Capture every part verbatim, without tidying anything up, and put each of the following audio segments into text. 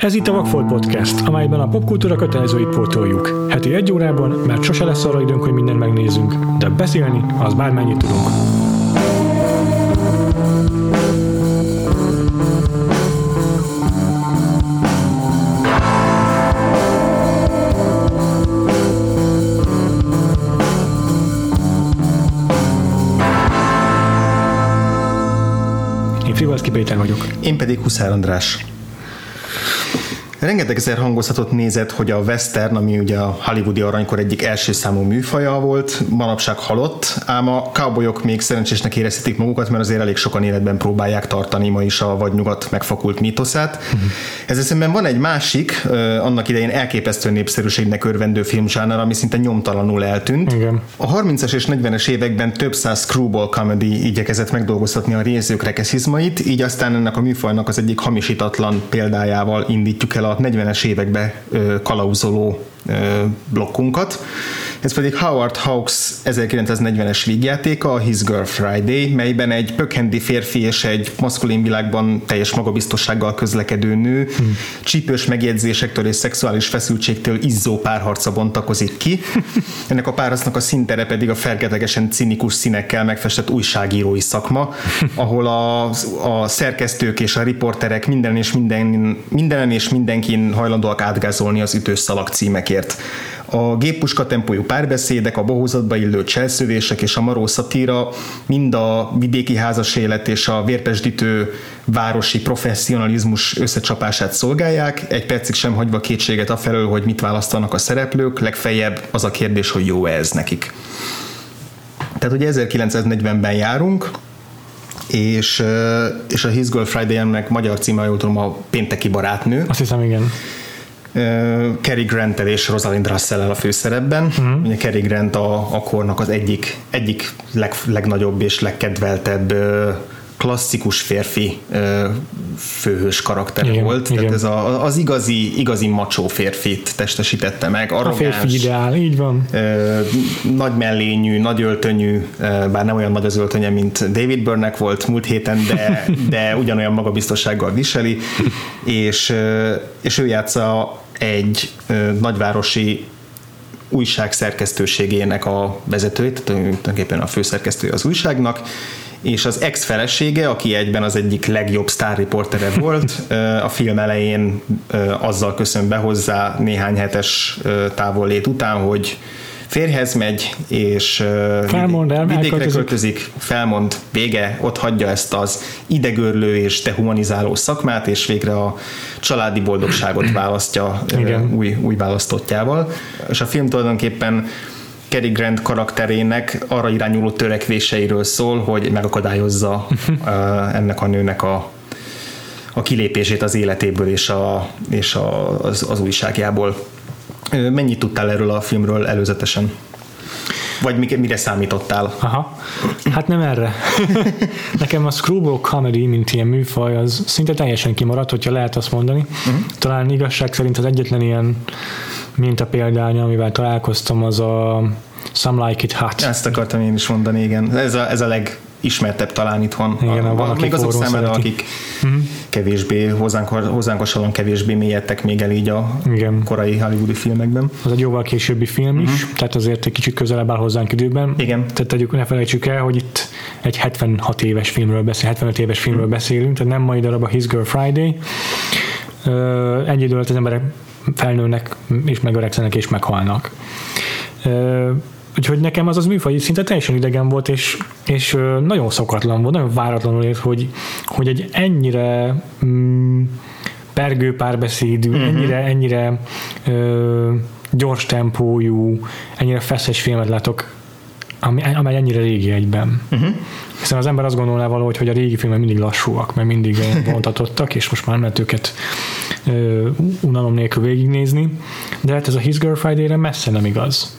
Ez itt a Vagfolt Podcast, amelyben a popkultúra kötelezőit pótoljuk. Heti egy órában, mert sose lesz arra időnk, hogy mindent megnézzünk, de beszélni, az bármennyit tudunk. Én Frivalszki Péter vagyok. Én pedig Huszár András. Rengeteg ezer hangozhatot nézett, hogy a western, ami ugye a hollywoodi aranykor egyik első számú műfaja volt, manapság halott, ám a cowboyok még szerencsésnek érezhetik magukat, mert azért elég sokan életben próbálják tartani ma is a vadnyugat megfakult mítoszát. Uh-huh. Ezzel szemben van egy másik, annak idején elképesztő népszerűségnek örvendő filmzsáner, ami szinte nyomtalanul eltűnt. Igen. A harmincas és negyvenes években több száz screwball comedy igyekezett megdolgoztatni a nézők rekeszizmait, így aztán ennek a műfajnak az egyik hamisítatlan példájával indítjuk el a negyvenes évekbe ö, kalauzoló ö, blokkunkat. Ez pedig Howard Hawks ezerkilencszáznegyvenes vígjátéka, a His Girl Friday, melyben egy pökhendi férfi és egy maszkulin világban teljes magabiztossággal közlekedő nő hmm. csípős megjegyzésektől és szexuális feszültségtől izzó párharca bontakozik ki. Ennek a párharcnak a színtere pedig a fergetegesen cinikus színekkel megfestett újságírói szakma, ahol a, a szerkesztők és a riporterek minden és minden, mindenen és mindenkin hajlandóak átgázolni az ütős szalag címekért. A géppuska tempójú párbeszédek, a bohózatba illő cselszövések és a maró szatíra mind a vidéki házas élet és a vérpesdítő városi professzionalizmus összecsapását szolgálják, egy percig sem hagyva kétséget afelől, hogy mit választanak a szereplők, legfeljebb az a kérdés, hogy jó-e ez nekik. Tehát ugye ezerkilencszáznegyvenben járunk, és, és a His Girl Friday-nek magyar címe, jól tudom, a Pénteki barátnő. Azt hiszem, igen. Cary Grant-tel és Rosalind Russell-el a főszerepben. Uh-huh. Ugye Cary Grant a, a kornak az egyik, egyik leg, legnagyobb és legkedveltebb klasszikus férfi főhős karakter igen, volt. Igen. Tehát ez a, az igazi, igazi macsó férfit testesítette meg. Arrogáns, a férfi ideál, így van. Nagy mellényű, nagy öltönyű, bár nem olyan nagy az öltönye, mint David Byrne-nek volt múlt héten, de, de ugyanolyan magabiztossággal viseli, és, és ő játsza egy nagyvárosi újság szerkesztőségének a vezetőjét, tulajdonképpen a főszerkesztője az újságnak, és az ex-felesége, aki egyben az egyik legjobb sztárriportere volt, a film elején azzal köszön be hozzá néhány hetes távollét után, hogy férjhez megy, és felmond, vidékre költözik, felmond, vége, ott hagyja ezt az idegörlő és dehumanizáló szakmát, és végre a családi boldogságot választja új, új választottjával. És a film tulajdonképpen Cary Grant karakterének arra irányuló törekvéseiről szól, hogy megakadályozza uh, ennek a nőnek a, a kilépését az életéből és, a, és a, az, az újságjából. Mennyit tudtál erről a filmről előzetesen? Vagy mire számítottál? Aha. Hát nem erre. Nekem a screwball comedy, mint ilyen műfaj, az szinte teljesen kimaradt, hogyha lehet azt mondani. Uh-huh. Talán igazság szerint az egyetlen ilyen minta példánya, amivel találkoztam, az a Some Like It Hot. Ezt akartam én is mondani, igen. Ez a, ez a legismertebb talán itthon. Igen, a, a, még azok számára, akik uh-huh. kevésbé, hozzánk, hozzánk hasonlóan kevésbé mélyedtek még el így a igen. korai hollywoodi filmekben. Az egy jóval későbbi film is, uh-huh. tehát azért egy kicsit közelebb áll hozzánk időben. Igen. Tehát tegyük, ne felejtsük el, hogy itt egy hetvenhat éves filmről beszél, hetvenöt éves filmről uh-huh. beszélünk, tehát nem mai darab a His Girl Friday. Uh, ennyi idő alatt az emberek felnőnek, és megöregszenek, és meghalnak. Uh, úgyhogy nekem az az műfaj szinte teljesen idegen volt, és, és uh, nagyon szokatlan volt, nagyon váratlanul ért, hogy, hogy egy ennyire mm, pergő párbeszédű, uh-huh. ennyire, ennyire uh, gyors tempójú, ennyire feszes filmet látok, ami, amely ennyire régi egyben. Uh-huh. Hiszen az ember azt gondolná valahogy, hogy a régi filmek mindig lassúak, mert mindig vontatottak, és most már nem lehet őket uh, unalom nélkül végignézni, de hát ez a His Girl Friday-re messze nem igaz.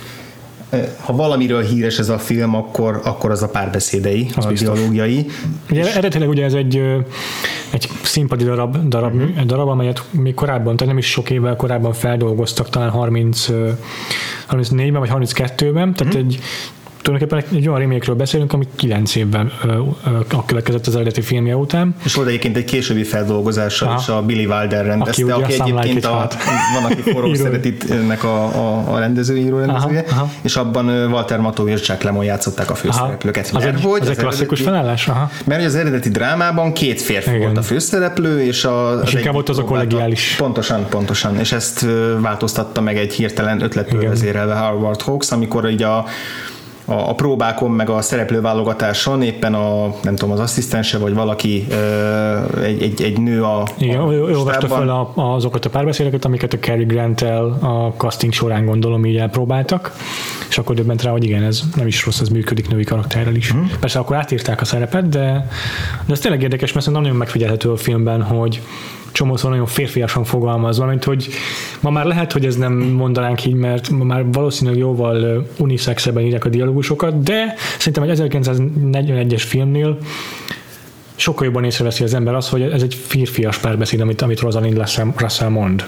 Ha valamiről híres ez a film, akkor, akkor az a párbeszédei, az a dialógiai. Ugye, eredetileg ugye ez egy, egy színpadi darab, darab, uh-huh. darab, amelyet még korábban, tehát nem is sok évvel korábban feldolgoztak, talán harminc, harmincnégyben vagy harminckettőben, tehát uh-huh. egy tulajdonképpen egy, egy olyan remake-ről beszélünk, ami kilenc évvel következett az eredeti filmje után. És volt egyébként egy későbbi feldolgozása is, a Billy Wilder rendezte, aki, aki egyébként a, a, van, aki forró szeretitnek a, a, a rendezőíró rendezője, aha, aha. és abban Walter Matthau és Jack Lemmon játszották a főszereplőket. Az egy, hogy az egy klasszikus felállás? Aha. Mert az eredeti drámában két férfi igen. volt a főszereplő, és, a, és inkább ott az a kollegiális. Pontosan, pontosan, és ezt változtatta meg egy hirtelen ötletből vezérelve Howard Hawks, amikor így a a próbákon, meg a szereplőválogatáson éppen a, nem tudom, az asszisztense, vagy valaki egy, egy, egy nő a igen, ő olvasta fel a, azokat a párbeszédeket, amiket a Cary Grant-tel a casting során gondolom így elpróbáltak, és akkor döbbent rá, hogy igen, ez nem is rossz, ez működik női karakterrel is. Hmm. Persze akkor átírták a szerepet, de, de ez tényleg érdekes, mert szerintem nagyon megfigyelhető a filmben, hogy csomószor nagyon férfiasan fogalmaz, valamint, hogy ma már lehet, hogy ez nem mondanánk így, mert ma már valószínűleg jóval uniszexebben írják a dialógusokat, de szerintem egy ezerkilencszáznegyvenegyes filmnél sokkal jobban észreveszi az ember az, hogy ez egy férfias párbeszéd, amit, amit Rosalind Russell mond.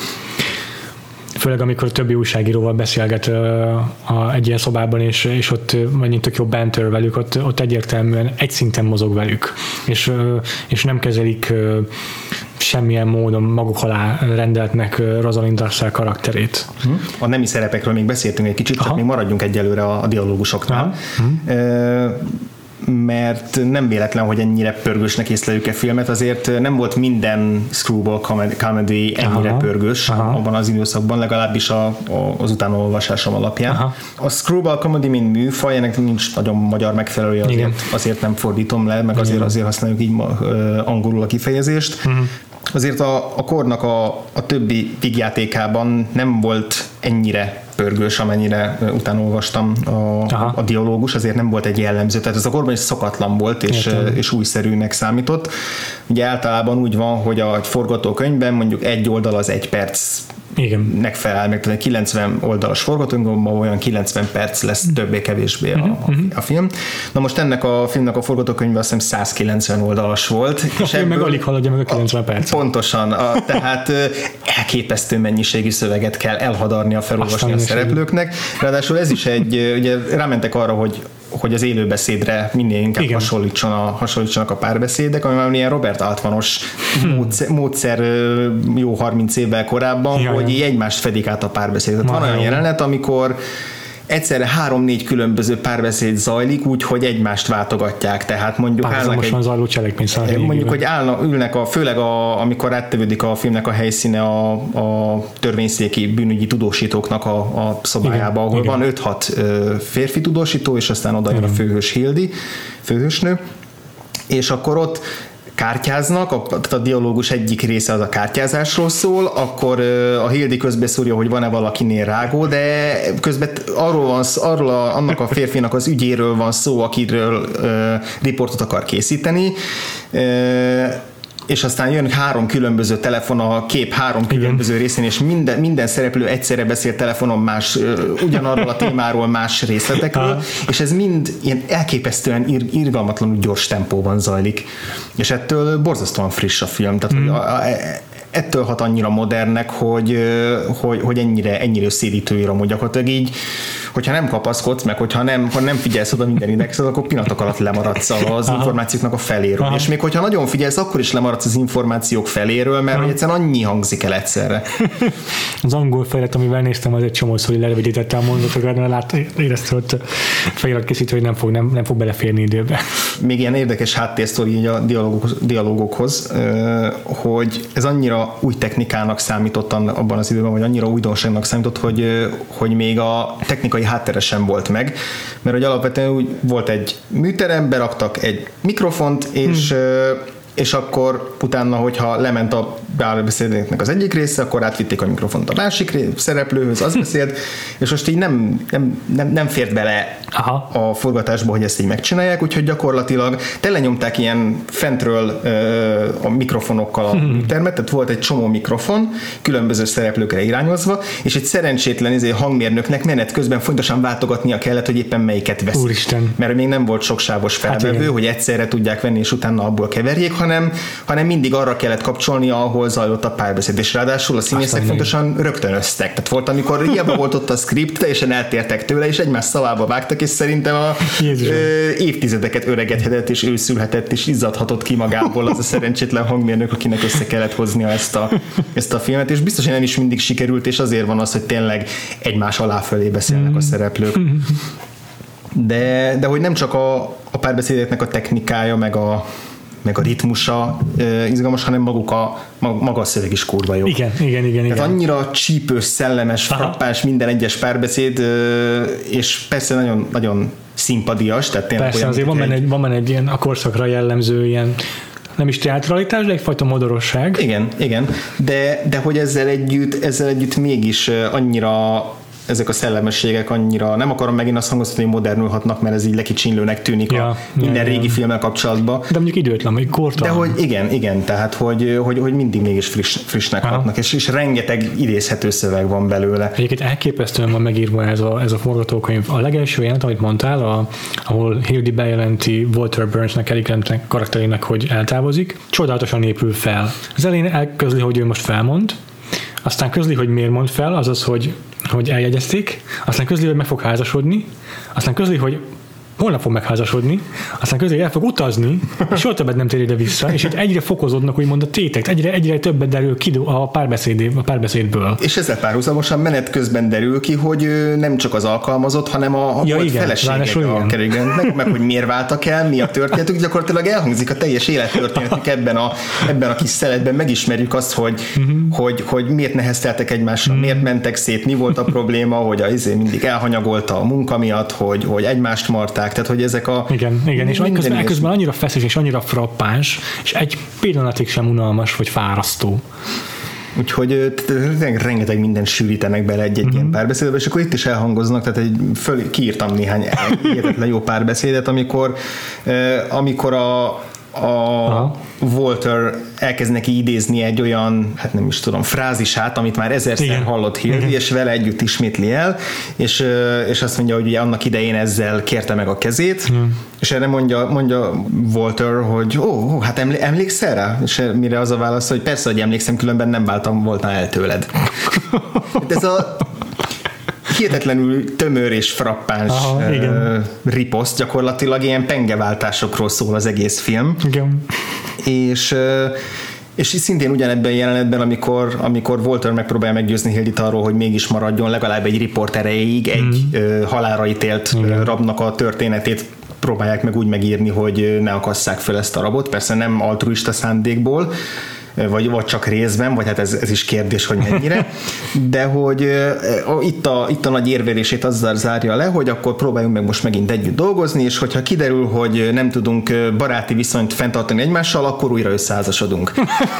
Főleg amikor a többi újságíróval beszélget uh, a, egy ilyen szobában, és, és ott megint tök jó banter velük, ott, ott egyértelműen egy szinten mozog velük, és, uh, és nem kezelik uh, semmilyen módon maguk alá rendeltnek uh, Rosalind Russell karakterét. A nemi szerepekről még beszéltünk egy kicsit, aha. csak még maradjunk egyelőre a, a dialógusoknál. Uh, mert nem véletlen, hogy ennyire pörgősnek észleljük a filmet, azért nem volt minden screwball comedy ennyire aha, pörgős aha. abban az időszakban, legalábbis a, a, az utánolvasásom alapján. Aha. A screwball comedy mint műfaj, ennek nincs nagyon magyar megfelelője, azért, azért nem fordítom le, meg azért, azért használjuk így angolul a kifejezést. Uh-huh. Azért a, a kornak a, a többi vígjátékában nem volt ennyire pörgős, amennyire utána olvastam a, a dialógus, azért nem volt egy jellemző, tehát ez a korban is szokatlan volt, és, és újszerűnek számított. Ugye általában úgy van, hogy a forgatókönyvben mondjuk egy oldal az egy perc nek felel, meg tehát kilencven oldalas forgatókönyvben olyan kilencven perc lesz többé-kevésbé a, a, a film. Na most ennek a filmnek a forgatókönyve azt hiszem száz kilencven oldalas volt. A és film meg alig haladja meg a kilencven perc. Pontosan, a, tehát elképesztő mennyiségű szöveget kell elhadarni a felolvasni a szereplőknek. Ráadásul ez is egy, ugye rámentek arra, hogy hogy az élőbeszédre minél inkább hasonlítson a, hasonlítsanak a párbeszédek, ami már ilyen Robert Altmanos hmm. módszer, módszer jó harminc évvel korábban, jaj, hogy egymást fedik át a párbeszédet. Van olyan jelenet, amikor egyszerre három-négy különböző párbeszéd zajlik, úgyhogy egymást váltogatják, tehát mondjuk állnak egy, zajló cselekmény mondjuk, hogy állnak, ülnek a, főleg a, amikor áttevődik a filmnek a helyszíne a, a törvényszéki bűnügyi tudósítóknak a, a szobájába, igen, ahol igen. van öt-hat férfi tudósító, és aztán oda jön a főhős Hildi, főhősnő, és akkor ott kártyáznak, a, a dialógus egyik része az a kártyázásról szól, akkor a Hildi közbeszúrja, hogy van-e valakinél rágó, de közben arról van, arról a, annak a férfinak az ügyéről van szó, akiről uh, riportot akar készíteni, uh, és aztán jön három különböző telefon a kép három különböző igen. részén, és minden, minden szereplő egyszerre beszél telefonon más, ugyanarról a témáról, más részletekről, és ez mind ilyen elképesztően ir, irgalmatlanul gyors tempóban zajlik. És ettől borzasztóan friss a film. Tehát mm. a, a, ettől hat annyira modernnek, hogy, hogy, hogy ennyire, ennyire összédítő írom, hogy gyakorlatilag így, hogyha nem kapaszkodsz meg, hogyha nem, ha nem figyelsz oda minden indexet, akkor pillanatok alatt lemaradsz az aha. információknak a feléről. Aha. És még hogyha nagyon figyelsz, akkor is lemaradsz az információk feléről, mert hogy egyszerűen annyi hangzik el egyszerre. Az angol fejlet, amivel néztem, az egy csomószor, hogy lerövidítette a mondatokat, mert lát, érezte, hogy felirat készítő, hogy nem fog, nem, nem fog beleférni időbe. Még ilyen érdekes háttérsztori a dialógok, dialógokhoz, hogy ez annyira új technikának számított abban az időben, vagy annyira újdonságnak számított, hogy, hogy még a technikai háttere sem volt meg, mert hogy alapvetően úgy volt egy műterem, beraktak egy mikrofont, és, hmm. és akkor utána, hogyha lement a párbeszédnek az egyik része, akkor átvitték a mikrofont a másik szereplőhöz, az beszélt, és most így nem, nem, nem, nem fért bele aha. a forgatásba, hogy ezt így megcsinálják, úgyhogy gyakorlatilag telenyomták ilyen fentről a mikrofonokkal a műtermet, tehát volt egy csomó mikrofon, különböző szereplőkre irányozva, és egy szerencsétlen ezért hangmérnöknek menet közben fontosan váltogatnia kellett, hogy éppen melyiket veszik. Úristen. Mert még nem volt soksávos felvevő, hát hogy egyszerre tudják venni, és utána abból keverjék, hanem, hanem mindig arra kellett kapcsolni, ahol ahol zajlott a párbeszéd, és ráadásul a színészek fontosan rögtönöztek. Tehát volt, amikor hiába volt ott a script, teljesen eltértek tőle, és egymás szavába vágtak, és szerintem a ö, évtizedeket öregedhetett, és őszülhetett, és izzadhatott ki magából az a szerencsétlen hangmérnök, akinek össze kellett hoznia ezt a, ezt a filmet, és biztos, hogy nem is mindig sikerült, és azért van az, hogy tényleg egymás alá fölé beszélnek a szereplők. De, de hogy nem csak a, a párbeszédeknek a technikája, meg a, meg a ritmusa e, izgalmas, hanem maguk a, maga a szöveg is kurva jó. Igen, igen, igen. Tehát igen. annyira csípős, szellemes, frappáns minden egyes párbeszéd, e, és persze nagyon, nagyon szimpadias. Tehát persze, olyan, azért van benne egy, van benne egy ilyen a korszakra jellemző ilyen nem is teatralitás, de egyfajta modorosság. Igen, igen, de, de hogy ezzel együtt, ezzel együtt mégis annyira ezek a szellemességek annyira, nem akarom megint azt hangoztatni, hogy modernulhatnak, mert ez így lekicsinlőnek tűnik ja, a minden ja, régi ja. filmmel kapcsolatban. De mondjuk időtlen, vagy kortalan. De hogy igen, igen, tehát hogy, hogy, hogy mindig mégis friss, frissnek Aha. hatnak, és, és rengeteg idézhető szöveg van belőle. Egyébként elképesztően van megírva ez a, ez a forgatókönyv. A legelső jelent, amit mondtál, a, ahol Hildy bejelenti Walter Burnsnek, Cary Grantnek karakterének, hogy eltávozik, csodálatosan épül fel. Az elején elközli, hogy ő most felmond, aztán közli, hogy miért mond fel, azaz, hogy, hogy eljegyezték, aztán közli, hogy meg fog házasodni, aztán közli, hogy holnap fog megházasodni, aztán közé el fog utazni, és soha többet nem tér ide vissza, és itt egyre fokozódnak úgymond a tétek, egyre, egyre többet derül ki a, párbeszéd, a párbeszédből. És ezzel párhuzamosan menet közben derül ki, hogy nem csak az alkalmazott, hanem a, a ja, volt felesége a Cary Grantnek, meg hogy miért váltak el, mi a történetük, gyakorlatilag elhangzik a teljes élettörténetük ebben a, ebben a kis szeletben, megismerjük azt, hogy, uh-huh. hogy, hogy miért nehezteltek egymással, uh-huh. miért mentek szét, mi volt a probléma, hogy az mindig elhanyagolta a munka miatt, hogy, hogy egymást marták. Tehát, hogy ezek a... Igen, igen, és közben, elközben annyira feszes és annyira frappáns, és egy pillanatig sem unalmas, vagy fárasztó. Úgyhogy rengeteg mindent sűrítenek bele egy-egy uh-huh. ilyen párbeszédbe, és akkor itt is elhangoznak, tehát egy, föl, kiírtam néhány hihetetlen jó párbeszédet, amikor, amikor a, a Walter elkezd neki idézni egy olyan, hát nem is tudom, frázisát, amit már ezerszer Igen. hallott Hildy, Igen. és vele együtt ismétli el, és, és azt mondja, hogy ugye annak idején ezzel kérte meg a kezét, Igen. és erre mondja, mondja Walter, hogy ó, ó, hát emlékszel rá? És mire az a válasz, hogy persze, hogy emlékszem, különben nem váltam volna el tőled. Ez a hihetetlenül tömör és frappáns Aha, uh, riposzt, gyakorlatilag ilyen pengeváltásokról szól az egész film. Igen. És, uh, és szintén ugyanebben a jelenetben, amikor, amikor Walter megpróbálja meggyőzni Hildyt arról, hogy mégis maradjon legalább egy riport erejéig, egy mm. uh, halálra ítélt Igen. rabnak a történetét próbálják meg úgy megírni, hogy ne akasszák fel ezt a rabot, persze nem altruista szándékból, vagy, vagy csak részben, vagy hát ez, ez is kérdés, hogy mennyire, de hogy uh, itt, a, itt a nagy érvelését azzal zárja le, hogy akkor próbáljunk meg most megint együtt dolgozni, és hogyha kiderül, hogy nem tudunk baráti viszonyt fenntartani egymással, akkor újra összeházasodunk.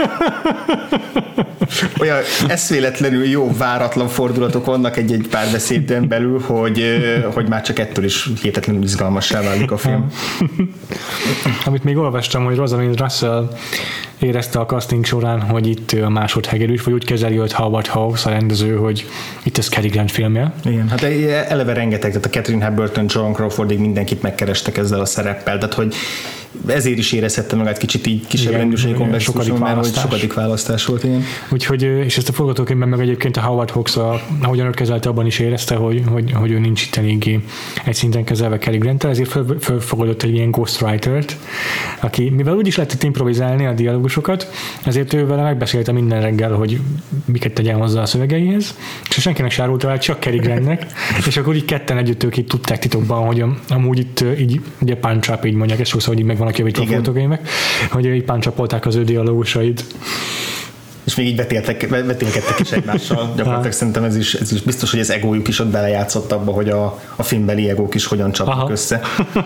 Olyan eszméletlenül jó, váratlan fordulatok vannak egy-egy párbeszéden belül, hogy, hogy már csak ettől is hihetetlenül izgalmassá válik a film. Amit még olvastam, hogy Rosalind Russell érezte a casting során, hogy itt a másodhegedűs, vagy úgy kezeli őt Howard Hawks, a rendező, hogy itt ez Cary Grant filmje. Igen, hát eleve rengeteg, tehát a Catherine Hepburn, Joan Crawfordig mindenkit megkerestek ezzel a szereppel, tehát hogy ezért is érezhette magát kicsit így kisebb rendűségi kontextusban, mert hogy sokadik választás volt, igen. Úgyhogy, és ezt a forgatókönyvben meg egyébként a Howard Hawks, ahogyan ő kezelte, abban is érezte, hogy, hogy, hogy ő nincs itt eléggé egy szinten kezelve Cary Grant-tel, ezért föl, fölfogadott egy ilyen ghostwriter-t, aki, mivel úgy is lehetett improvizálni a dialógusokat, ezért ő vele megbeszélte minden reggel, hogy miket tegyen hozzá a szövegeihez, és senkinek se árulta el, csak Cary Grantnek, és akkor így ketten együtt ők így tudták titokban, hogy amúgy itt így ugye punch up, így mondják, ezt sokszor, hogy így meg vannak javítva a fotógémek, hogy így punch-upolták az ő dialógusait. És még így vetéltek, vetélkedtek is egymással. Gyakorlatilag szerintem ez is, ez is biztos, hogy az egójuk is ott belejátszott abba, hogy a, a filmbeli egók is hogyan csapnak Aha. össze.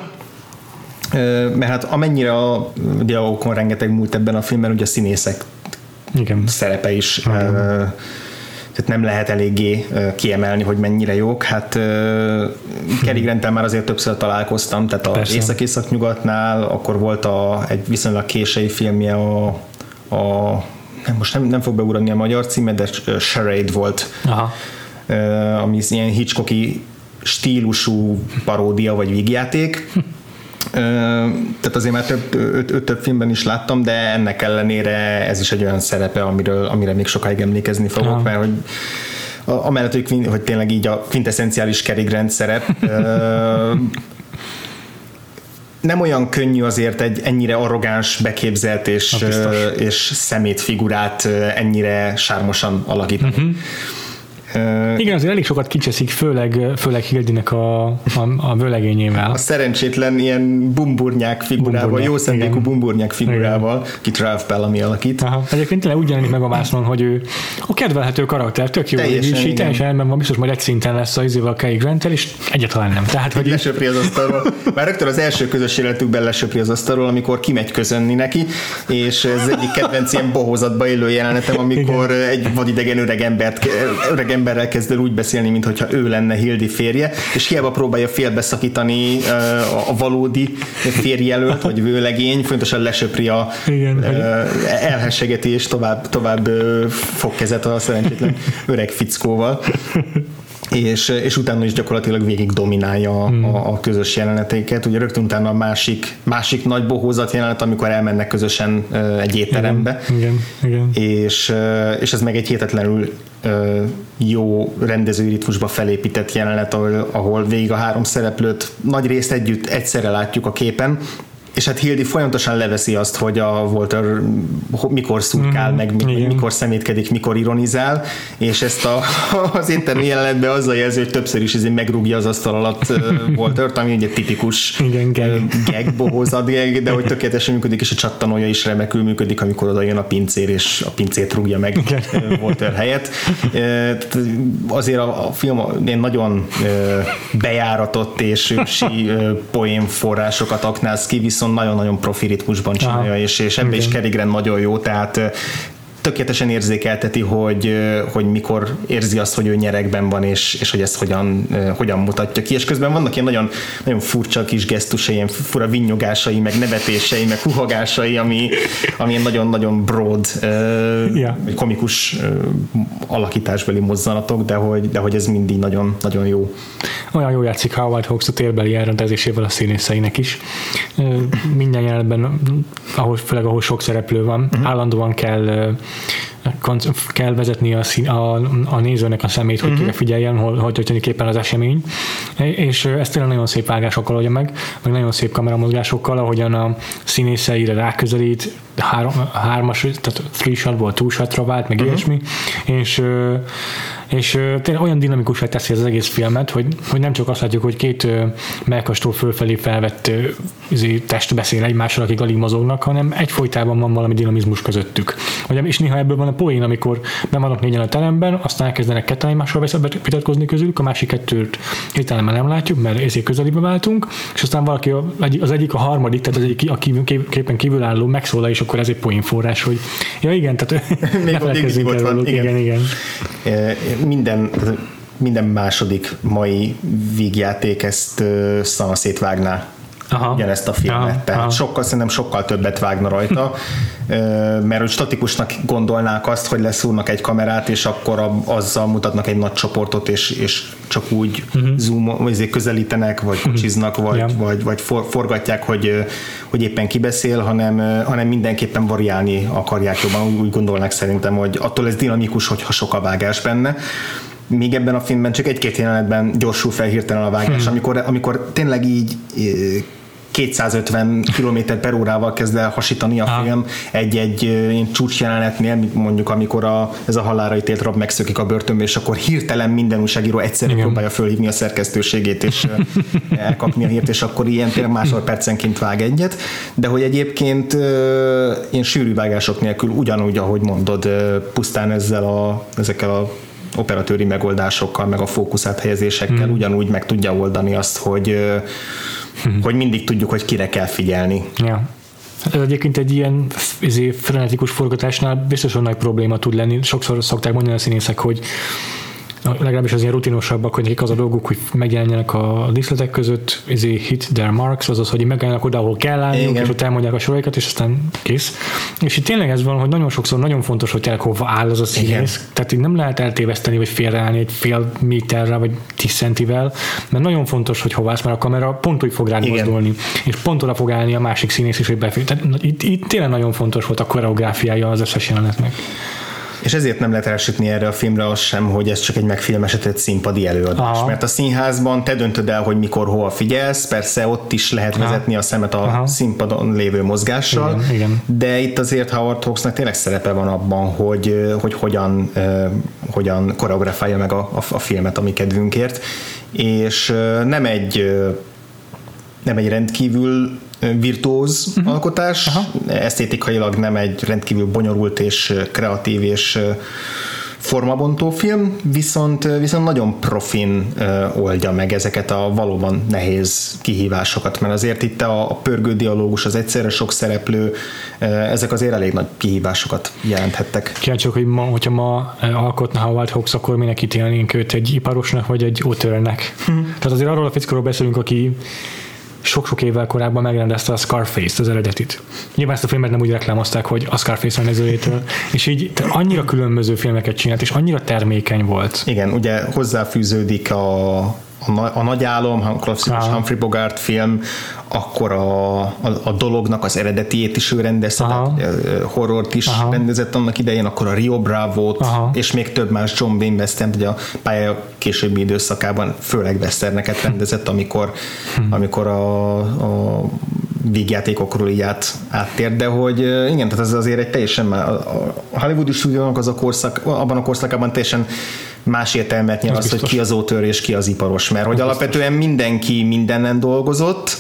Mert hát amennyire a dialógokon rengeteg múlt ebben a filmben, ugye a színészek Igen. szerepe is Igen. tehát nem lehet eléggé kiemelni, hogy mennyire jók. Hát Cary Grant-tel már azért többször találkoztam, tehát az Észak-Észak-nyugatnál, akkor volt a, egy viszonylag késői filmje a, a nem, most nem, nem fog beugrani a magyar címe, de Charade volt, Aha. ami ilyen Hitchcocki stílusú paródia vagy vígjáték. Tehát azért már több, öt, több filmben is láttam, de ennek ellenére ez is egy olyan szerepe, amiről, amire még sokáig emlékezni fogok, ja. mert hogy amellett, hogy, hogy tényleg így a quintesszenciális Cary Grant szerep, nem olyan könnyű azért egy ennyire arrogáns, beképzelt és, és szemét figurát ennyire sármosan alakítani. Uh-huh. Uh, Igen, azért elég sokat kicseszik, főleg, főleg Hildinek a, a, a vőlegényével. A szerencsétlen ilyen bumburnyák figurával, bumburnyák, jó szándékú bumburnyák figurával, igen. Ki Ralph Bellamy alakít. Aha. Egyébként tényleg úgy jelenik meg a vásznon, hogy ő a kedvelhető karakter, tök jó, teljesen, és így teljesen rendben van, biztos majd egy szinten lesz az izével a Cary Grant-tel, és egyáltalán nem. Tehát, hogy lesöpri az asztalról. Már rögtön az első közös életükben lesöpri az asztalról, amikor kimegy közönni neki, és ez egyik kedvenc ilyen bohózatba élő jelenetem, amikor igen. egy vadidegen öreg embert, öreg emberrel kezd el úgy beszélni, mintha ő lenne Hildy férje, és hiába próbálja félbeszakítani uh, a valódi férjelölt, vagy vőlegény, fontosan lesöpri a igen, uh, elhessegeti, és tovább, tovább uh, fog kezet a szerencsétlen öreg fickóval. És, és utána is gyakorlatilag végig dominálja hmm. a, a közös jeleneteket. Ugye rögtön utána a másik, másik nagy bohózat jelenet, amikor elmennek közösen uh, egy étterembe. Igen, igen, igen. És, uh, és ez meg egy hihetetlenül uh, jó rendezői ritmusba felépített jelenet, ahol, ahol végig a három szereplőt nagy részt együtt egyszerre látjuk a képen, és hát Hildy folyamatosan leveszi azt, hogy a Walter mikor szurkál, mm, meg igen. mikor szemétkedik, mikor ironizál, és ezt a, az éttermi jelenetben azzal jelzi, hogy többször is megrúgja az asztal alatt Waltert, ami ugye tipikus igen, gag, bohózat gag, de hogy tökéletesen működik, és a csattanója is remekül működik, amikor oda jön a pincér, és a pincét rúgja meg igen. Walter helyett. Azért a, a film nagyon bejáratott és ősi poénforrásokat aknáz ki, viszont nagyon-nagyon profi ritmusban csinálja, ah, és, és ebben is Cary Grant nagyon jó, tehát tökéletesen érzékelteti, hogy, hogy mikor érzi azt, hogy ő nyeregben van, és, és hogy ezt hogyan, hogyan mutatja ki, és közben vannak ilyen nagyon, nagyon furcsa kis gesztusai, ilyen fura vinnyogásai, meg nevetései, meg huhagásai, ami, ami ilyen nagyon-nagyon broad, yeah. komikus alakításbeli mozzanatok, de hogy, de hogy ez mindig nagyon, nagyon jó. Olyan jó játszik Howard Hawks a térbeli elrendezésével a színészeinek is. Minden jelenetben, ahol, főleg ahol sok szereplő van, uh-huh. állandóan kell kell vezetni a, szín, a, a nézőnek a szemét, hogy uh-huh. kire figyeljen, hogy, hogy történik éppen az esemény. És ezt tényleg nagyon szép vágásokkal oldja meg, meg nagyon szép kameramozgásokkal, ahogyan a színészeire ráközelít, három, hármas, tehát three shotból two shotra vált, meg uh-huh. ilyesmi, és és tényleg olyan dinamikusra teszi az egész filmet, hogy, hogy nem csak azt látjuk, hogy két mellkastól fölfelé felvett test beszél egymással, akik alig mozognak, hanem egyfolytában van valami dinamizmus közöttük. És néha ebből van a poén, amikor bevannak négyen a teremben, aztán elkezdenek ketten egymással vitatkozni közülük, a másik kettőt hirtelen már nem látjuk, mert ezért közelébe váltunk, és aztán valaki az egyik a harmadik, tehát az egyik a képen kívülálló megszólal, és akkor ez egy poénforrás, hogy ja igen, tehát ne feledkezzünk erről. Igen, igen. Minden, minden második mai vígjáték ezt uh, szanaszét vágná ugyanezt a filmet. Aha, Tehát aha. sokkal, szerintem sokkal többet vágna rajta, mert hogy statikusnak gondolnák azt, hogy leszúrnak egy kamerát, és akkor a, azzal mutatnak egy nagy csoportot, és, és csak úgy uh-huh. zoom, vagy közelítenek, vagy kocsiznak, vagy, yeah. vagy, vagy for, forgatják, hogy, hogy éppen kibeszél, hanem, hanem mindenképpen variálni akarják jobban. Úgy, úgy gondolnák szerintem, hogy attól ez dinamikus, hogyha sok a vágás benne. Még ebben a filmben csak egy-két jelenetben gyorsul fel hirtelen a vágás, hmm. amikor, amikor tényleg így kétszázötven kilométer per órával kezd el hasítani a ah. film egy-egy ilyen csúcs jelenetnél, mint mondjuk amikor a, ez a halálra ítélt rab megszökik a börtönbe, és akkor hirtelen minden újságíró egyszerűen próbálja fölhívni a szerkesztőségét, és elkapni a hírt, és akkor ilyen tényleg másodpercenként vág egyet, de hogy egyébként ilyen sűrű vágások nélkül ugyanúgy, ahogy mondod, pusztán ezzel a, ezekkel a operatőri megoldásokkal, meg a fókuszáthelyezésekkel hmm. ugyanúgy meg tudja oldani azt, hogy, hmm. hogy mindig tudjuk, hogy kire kell figyelni. Ja. Ez egyébként egy ilyen frenetikus forgatásnál biztosan nagy probléma tud lenni. Sokszor szokták mondani a színészek, hogy legalábbis az ilyen rutinosabbak, hogy nekik az a dolguk, hogy megjelenjenek a díszletek között, izé hit their marks, azaz, hogy megjelennek oda, ahol kell állniuk, és ott elmondják a soraikat, és aztán kész. És itt tényleg ez van, hogy nagyon sokszor nagyon fontos, hogy tényleg hova áll az a színész. Igen. Tehát így nem lehet eltéveszteni, vagy félreállni egy fél méterre, vagy tíz centivel, mert nagyon fontos, hogy hova állsz, mert a kamera pont úgy fog rád mozdulni, és pont oda fog állni a másik színész is, hogy befér. Tehát itt, itt tényleg nagyon fontos volt a koreográfiája az összes jelenetnek. És ezért nem lehet elsütni erre a filmre az sem, hogy ez csak egy megfilmesített színpadi előadás. Aha. Mert a színházban te döntöd el, hogy mikor, hol figyelsz, persze ott is lehet Aha. vezetni a szemet a Aha. színpadon lévő mozgással, igen, igen. de itt azért Howard Hawksnak tényleg szerepe van abban, hogy, hogy hogyan, uh, hogyan koreografálja meg a, a, a filmet a mi kedvünkért, és uh, nem egy uh, nem egy rendkívül virtuóz uh-huh. alkotás, Aha. esztétikailag nem egy rendkívül bonyolult és kreatív és formabontó film, viszont, viszont nagyon profin oldja meg ezeket a valóban nehéz kihívásokat, mert azért itt a, a pörgő dialógus, az egyszerre sok szereplő, ezek azért elég nagy kihívásokat jelenthettek. Kíváncsiak, hogy ma, hogyha ma alkotna Howard Hawks, akkor minek ítélnénk őt, egy iparosnak vagy egy auteurnek? Hmm. Tehát azért arról a fickóról beszélünk, aki sok-sok évvel korábban megrendezte a Scarface-t, az eredetit. Nyilván ezt a filmet nem úgy reklámozták, hogy a Scarface rendezőjétől, és így annyira különböző filmeket csinált, és annyira termékeny volt. Igen, ugye hozzáfűződik a, a, a Nagy Álom, a klasszikus Humphrey Bogart film, akkor a, a, a Dolognak az eredetiét is ő rendezte, horrort is Aha. rendezett annak idején, akkor a Rio Bravo-t, Aha. és még több más John Wayne western, ugye a pálya későbbi időszakában főleg westerneket rendezett, amikor, hmm. amikor a, a vígjátékokról így át, áttér, de hogy igen, tehát ez azért egy teljesen a hollywoodi stúdiónak az a korszak, abban a korszakában teljesen más értelmet nyer az, hogy ki az auteur és ki az iparos, mert hogy alapvetően mindenki mindennen dolgozott,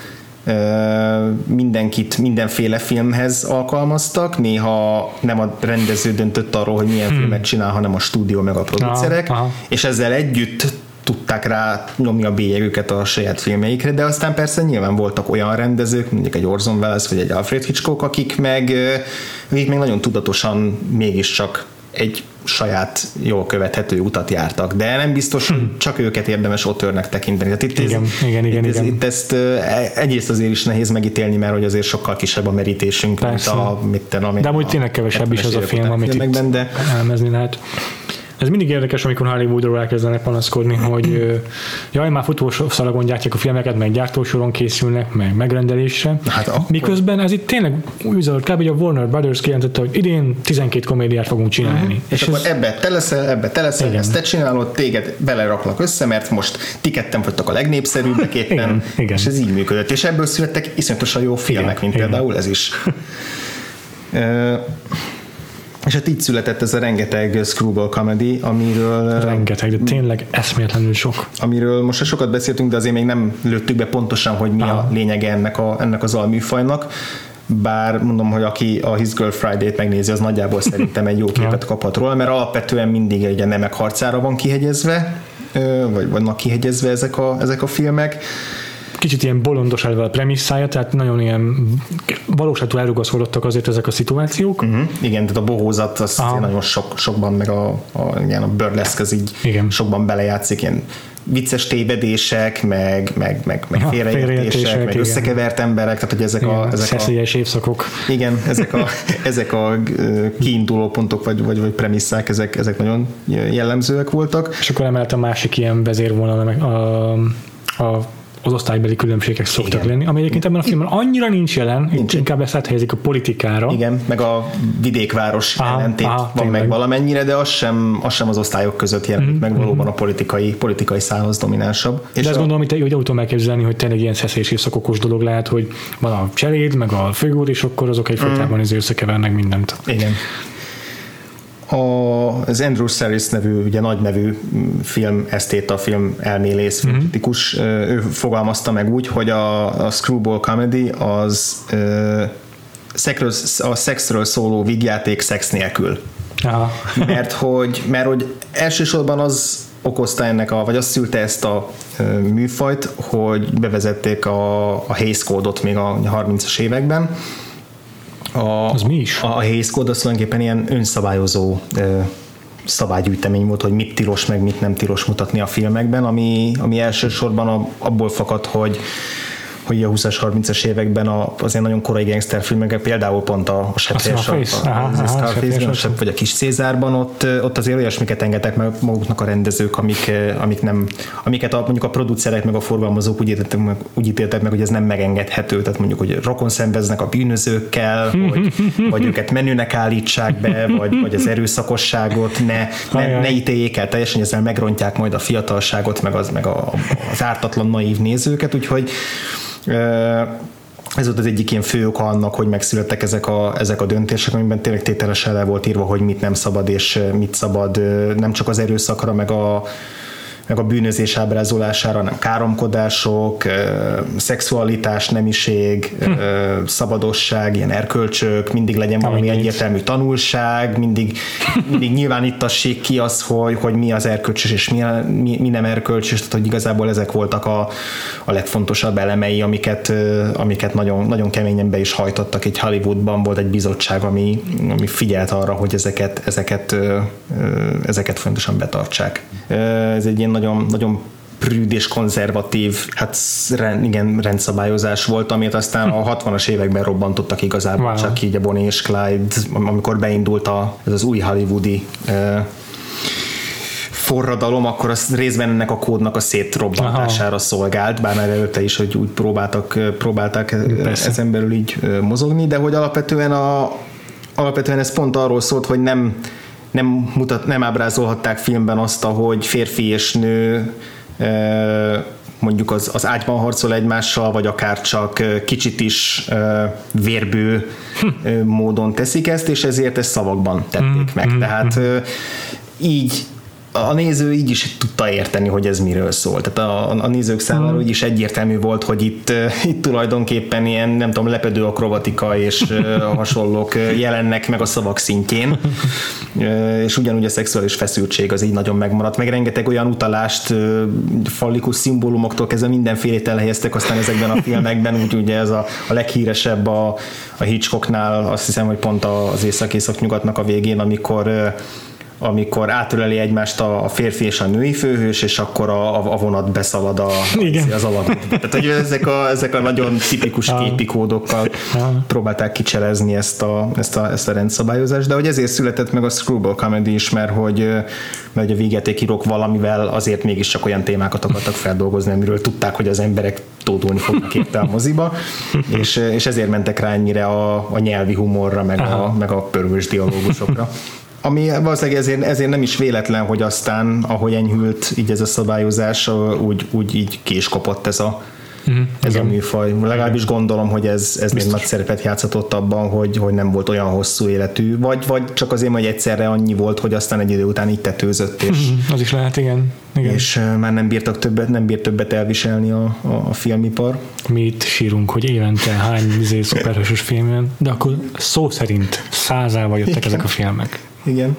mindenkit mindenféle filmhez alkalmaztak, néha nem a rendező döntött arról, hogy milyen hmm. filmet csinál, hanem a stúdió meg a producerek, aha, aha. és ezzel együtt tudták rá nyomni a bélyegüket a saját filmjeikre, de aztán persze nyilván voltak olyan rendezők, mondjuk egy Orson Welles vagy egy Alfred Hitchcock, akik meg, akik meg nagyon tudatosan mégiscsak egy saját jól követhető utat jártak, de nem biztos, hogy csak őket érdemes auteurnek tekinteni. Tehát itt, igen, ez, igen, igen, itt, ez, igen. itt ezt egyrészt azért is nehéz megítélni, mert hogy azért sokkal kisebb a merítésünk, persze. mint a... Mit ten, de amúgy tényleg kevesebb is az a film, amit itt de... elmezni lehet. Ez mindig érdekes, amikor Hollywoodról elkezdenek panaszkodni, hogy jaj, már futószalagon gyártják a filmeket, meg gyártósoron készülnek, meg megrendelésre. Hát akkor... Miközben ez itt tényleg úgy zajlott, kb. A Warner Brothers kijelentette, hogy idén tizenkét komédiát fogunk csinálni. Uh-huh. És, és akkor ez... ebbe te leszel, ebbe te leszel, ezt te csinálod, téged beleraklak össze, mert most ti ketten vagytok a legnépszerűbbek éppen, igen, igen. és ez így működött. És ebből születtek iszonyatosan jó filmek, igen, mint igen. például ez is. És hát így született ez a rengeteg screwball comedy, amiről... Rengeteg, de tényleg eszméletlenül sok. Amiről most sokat beszéltünk, de azért még nem lőttük be pontosan, hogy mi Aha. a lényege ennek, a, ennek az alműfajnak. Bár mondom, hogy aki a His Girl Friday-t megnézi, az nagyjából szerintem egy jó képet kaphat róla, mert alapvetően mindig egy a nemek harcára van kihegyezve, vagy vannak kihegyezve ezek a, ezek a filmek. Kicsit ilyen bolondos elve a premisszája, tehát nagyon ilyen valóságtól elrugaszkodottak azért ezek a szituációk. Uh-huh. Igen, tehát a bohózat az nagyon sok, sokban, meg a, a, igen, a burleszk az így igen. sokban belejátszik, ilyen vicces tévedések, meg, meg, meg, meg ja, félreértések, meg igen. összekevert emberek, tehát hogy ezek igen, a... Ezek szeszélyes a, évszakok. Igen, ezek a, ezek a kiinduló pontok, vagy, vagy, vagy premisszák, ezek, ezek nagyon jellemzőek voltak. És akkor emellett a másik ilyen vezérvonal a, a az osztálybeli különbségek szoktak igen. lenni, ami egyébként ebben a filmben annyira nincs jelen, nincs. Inkább ezt áthelyezik a politikára. Igen, meg a vidékváros aha, ellentét aha, van tényleg. Meg valamennyire, de az sem, az sem az osztályok között jelenik mm-hmm. meg, valóban a politikai, politikai szálhoz dominánsabb. De és azt a... gondolom, hogy úgy tudom elképzelni, hogy tényleg ilyen szeszélyes évszakokos dolog lehet, hogy van a cseléd, meg a főgúr, és akkor azok egyfolytában mm. összekevernek mindent. Igen. A, az Andrew Sarris nevű, ugye nagy nevű film esztéta, film elmélész, mm-hmm. filmkritikus, ő fogalmazta meg úgy, hogy a, a screwball comedy az ö, szexről, a szexről szóló vígjáték szex nélkül. Aha. mert, hogy, mert hogy elsősorban az okozta ennek, a, vagy azt szülte ezt a ö, műfajt, hogy bevezették a, a Hays Code-ot még a harmincas években. A, az mi is? A, a Hays Code az tulajdonképpen ilyen önszabályozó ö, szabálygyűjtemény volt, hogy mit tilos, meg mit nem tilos mutatni a filmekben, ami, ami elsősorban a, abból fakad, hogy hogy a húszas, harmincas években a, azért nagyon korai gangsterfilmekben, például pont a, a Seppférs, a, a, a Scarface-ben, vagy a Kis Cézárban, ott, ott azért olyasmiket engedtek meg maguknak a rendezők, amik, amik nem, amiket a, mondjuk a producerek meg a forgalmazók úgy ítéltek meg, úgy ítéltek meg, hogy ez nem megengedhető, tehát mondjuk, hogy rokon szenveznek a bűnözőkkel, hogy, vagy őket menőnek állítsák be, vagy, vagy az erőszakosságot ne, ne, ne ítéljék el teljesen, ezzel megrontják majd a fiatalságot, meg az, meg a, az ártatlan naív nézőket, úgyhogy ez volt az egyik ilyen fő oka annak, hogy megszülettek ezek a, ezek a döntések, amiben tényleg tételesen le volt írva, hogy mit nem szabad és mit szabad, nem csak az erőszakra, meg a, meg a bűnözés ábrázolására, hanem káromkodások, szexualitás, nemiség, hm. szabadosság, ilyen erkölcsök, mindig legyen valami egyértelmű tanulság, mindig, mindig nyilvánítassék ki az, hogy, hogy mi az erkölcsös és mi, mi, mi nem erkölcsös, tehát hogy igazából ezek voltak a, a legfontosabb elemei, amiket, amiket nagyon, nagyon keményen be is hajtottak. Egy Hollywoodban volt egy bizottság, ami, ami figyelt arra, hogy ezeket, ezeket, ezeket fontosan betartsák. Ez egy ilyen nagyon, nagyon prűd és konzervatív, hát igen, rendszabályozás volt, amit aztán a hatvanas években robbantottak igazából, wow. Csak így a Bonnie és Clyde, amikor beindult a, ez az új hollywoodi uh, forradalom, akkor az részben ennek a kódnak a szétrobbantására Aha. szolgált, bár már előtte is, hogy úgy próbáltak, próbálták Persze. ezen belül így mozogni, de hogy alapvetően, a, alapvetően ez pont arról szólt, hogy nem Nem, mutat, nem ábrázolhatták filmben azt, hogy férfi és nő mondjuk az, az ágyban harcol egymással, vagy akár csak kicsit is vérbő módon teszik ezt, és ezért ezt szavakban tették meg. Tehát így a néző így is tudta érteni, hogy ez miről szól. Tehát a, a nézők számára úgy is egyértelmű volt, hogy itt, itt tulajdonképpen ilyen, nem tudom, lepedő akrobatika és hasonlók jelennek meg a szavak szintjén, és ugyanúgy a szexuális feszültség az így nagyon megmaradt, meg rengeteg olyan utalást, fallikus szimbólumoktól kezdve mindenfélét elhelyeztek aztán ezekben a filmekben, úgy ugye ez a, a leghíresebb a, a Hitchcocknál, azt hiszem, hogy pont az Észak-Észak-nyugatnak a végén, amikor amikor átöleli egymást a férfi és a női főhős, és akkor a, a vonat beszalad a, az alagút. Tehát, hogy ezek a, ezek a nagyon tipikus képikódokkal próbálták kicselezni ezt a, ezt, a, ezt a rendszabályozást, de hogy ezért született meg a screwball comedy is, mert hogy, mert hogy a vígjátékírók valamivel azért mégiscsak olyan témákat akartak feldolgozni, amiről tudták, hogy az emberek tódulni fognak érte a moziba, és, és ezért mentek rá ennyire a, a nyelvi humorra, meg a, meg a pörgős dialógusokra. Ami valószínűleg ezért, ezért nem is véletlen, hogy aztán, ahogy enyhült így ez a szabályozás, úgy, úgy így ki is kopott ez a, uh-huh, ez a műfaj. Legalábbis gondolom, hogy ez, ez még nagy szerepet játszhatott abban, hogy, hogy nem volt olyan hosszú életű, vagy, vagy csak azért, hogy egyszerre annyi volt, hogy aztán egy idő után így tetőzött, és, uh-huh, az is lehet, igen. igen. És már nem bírtak többet, nem bírt többet elviselni a, a, a filmipar. Mi itt sírunk, hogy évente hány izé, szuperhősös film jön, de akkor szó szerint százával jöttek igen. ezek a filmek. Igen.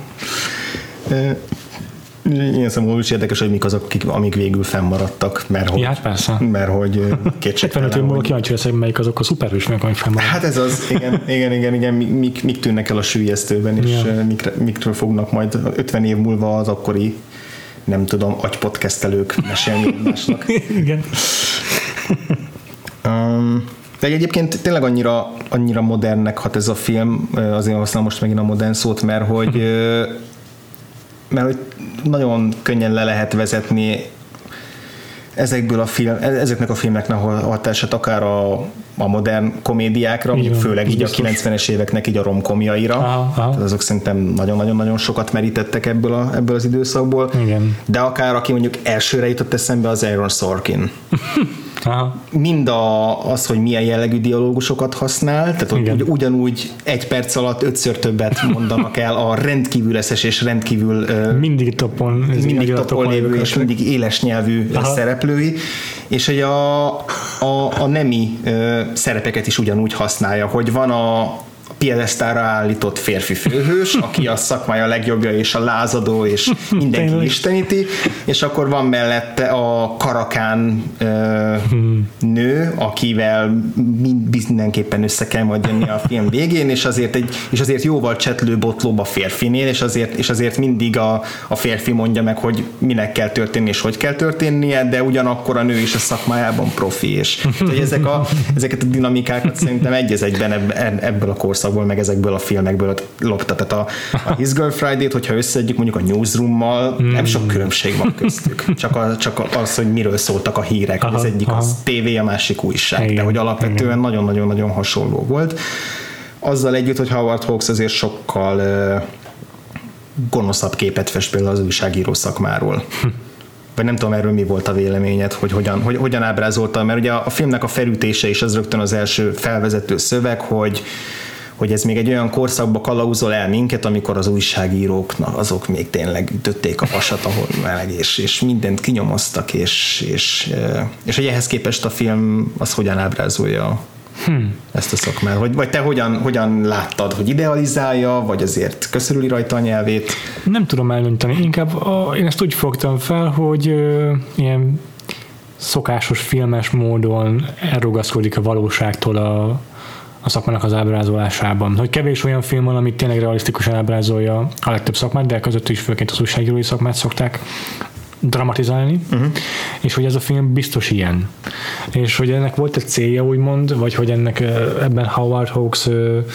Ilyen szempontból is érdekes, hogy mik azok, amik végül fennmaradtak, mert hogy, ja, persze. Mert hogy kétségtelen. hetvenöt év múlva kíváncsi leszek, melyik azok a szuperhősök, amik fennmaradtak. Hát ez az, igen, igen, igen, igen mik, mik tűnnek el a süllyesztőben, és ja. mikre, mikről fognak majd ötven év múlva az akkori, nem tudom, agypodcastelők mesélni másnak. Igen. Um, de egyébként tényleg annyira, annyira modernnek hat ez a film, azért használom most megint a modern szót, mert hogy, mert hogy nagyon könnyen le lehet vezetni ezekből a film, ezeknek a filmeknek a hatását akár a, a modern komédiákra, így van, főleg így biztos. A kilencvenes éveknek így a romkomjaira. Aha, aha. Tehát azok szerintem nagyon-nagyon-nagyon sokat merítettek ebből, a, ebből az időszakból. Igen. De akár aki mondjuk elsőre jutott eszembe, az Aaron Sorkin. Aha. Mind a, az, hogy milyen jellegű dialógusokat használ, tehát ugy, ugyanúgy egy perc alatt ötször többet mondanak el a rendkívül eszes és rendkívül mindig topon, mindig topon lévő és mindig éles nyelvű Aha. szereplői, és hogy a, a, a nemi szerepeket is ugyanúgy használja, hogy van a piedesztára állított férfi főhős, aki a szakmája legjobbja és a lázadó, és mindenki isteníti, és akkor van mellette a Karakán ö, nő, akivel mindenképpen össze kell majd jönni a film végén, és azért, egy, és azért jóval csetlő botlóbb a férfinél, és azért, és azért mindig a, a férfi mondja meg, hogy minek kell történni, és hogy kell történnie, de ugyanakkor a nő is a szakmájában profi, és hogy ezek a, ezeket a dinamikákat szerintem egy az egyben ebből a korszakból, meg ezekből a filmekből lopta. Tehát a, a His Girl Friday-t, hogyha összeadjuk mondjuk a Newsroom-mal, nem sok különbség van köztük. Csak, a, csak az, hogy miről szóltak a hírek. Aha, az egyik aha. az tévé, a másik újság. Igen, de hogy alapvetően nagyon-nagyon-nagyon hasonló volt. Azzal együtt, hogy Howard Hawks azért sokkal uh, gonoszabb képet fest például az újságíró szakmáról. Hm. Vagy nem tudom, erről mi volt a véleményed, hogy hogyan, hogy, hogyan ábrázolta, mert ugye a filmnek a felütése is az rögtön az első felvezető szöveg, hogy hogy ez még egy olyan korszakba kalauzol el minket, amikor az újságíróknak azok még tényleg ütötték a vasat, ahol meleg, és, és mindent kinyomoztak, és, és, és hogy ehhez képest a film az hogyan ábrázolja hmm. ezt a szakmát? Vagy, vagy te hogyan, hogyan láttad, hogy idealizálja, vagy azért köszörüli rajta a nyelvét? Nem tudom eldönteni, inkább a, én ezt úgy fogtam fel, hogy ö, ilyen szokásos filmes módon elrugaszkodik a valóságtól a a szakmának az ábrázolásában. Hogy kevés olyan film van, amit tényleg realisztikusan ábrázolja a legtöbb szakmát, de között is főként az újságírói szakmát szokták dramatizálni, uh-huh. és hogy ez a film biztos ilyen. És hogy ennek volt egy célja, úgymond, vagy hogy ennek ebben Howard Hawks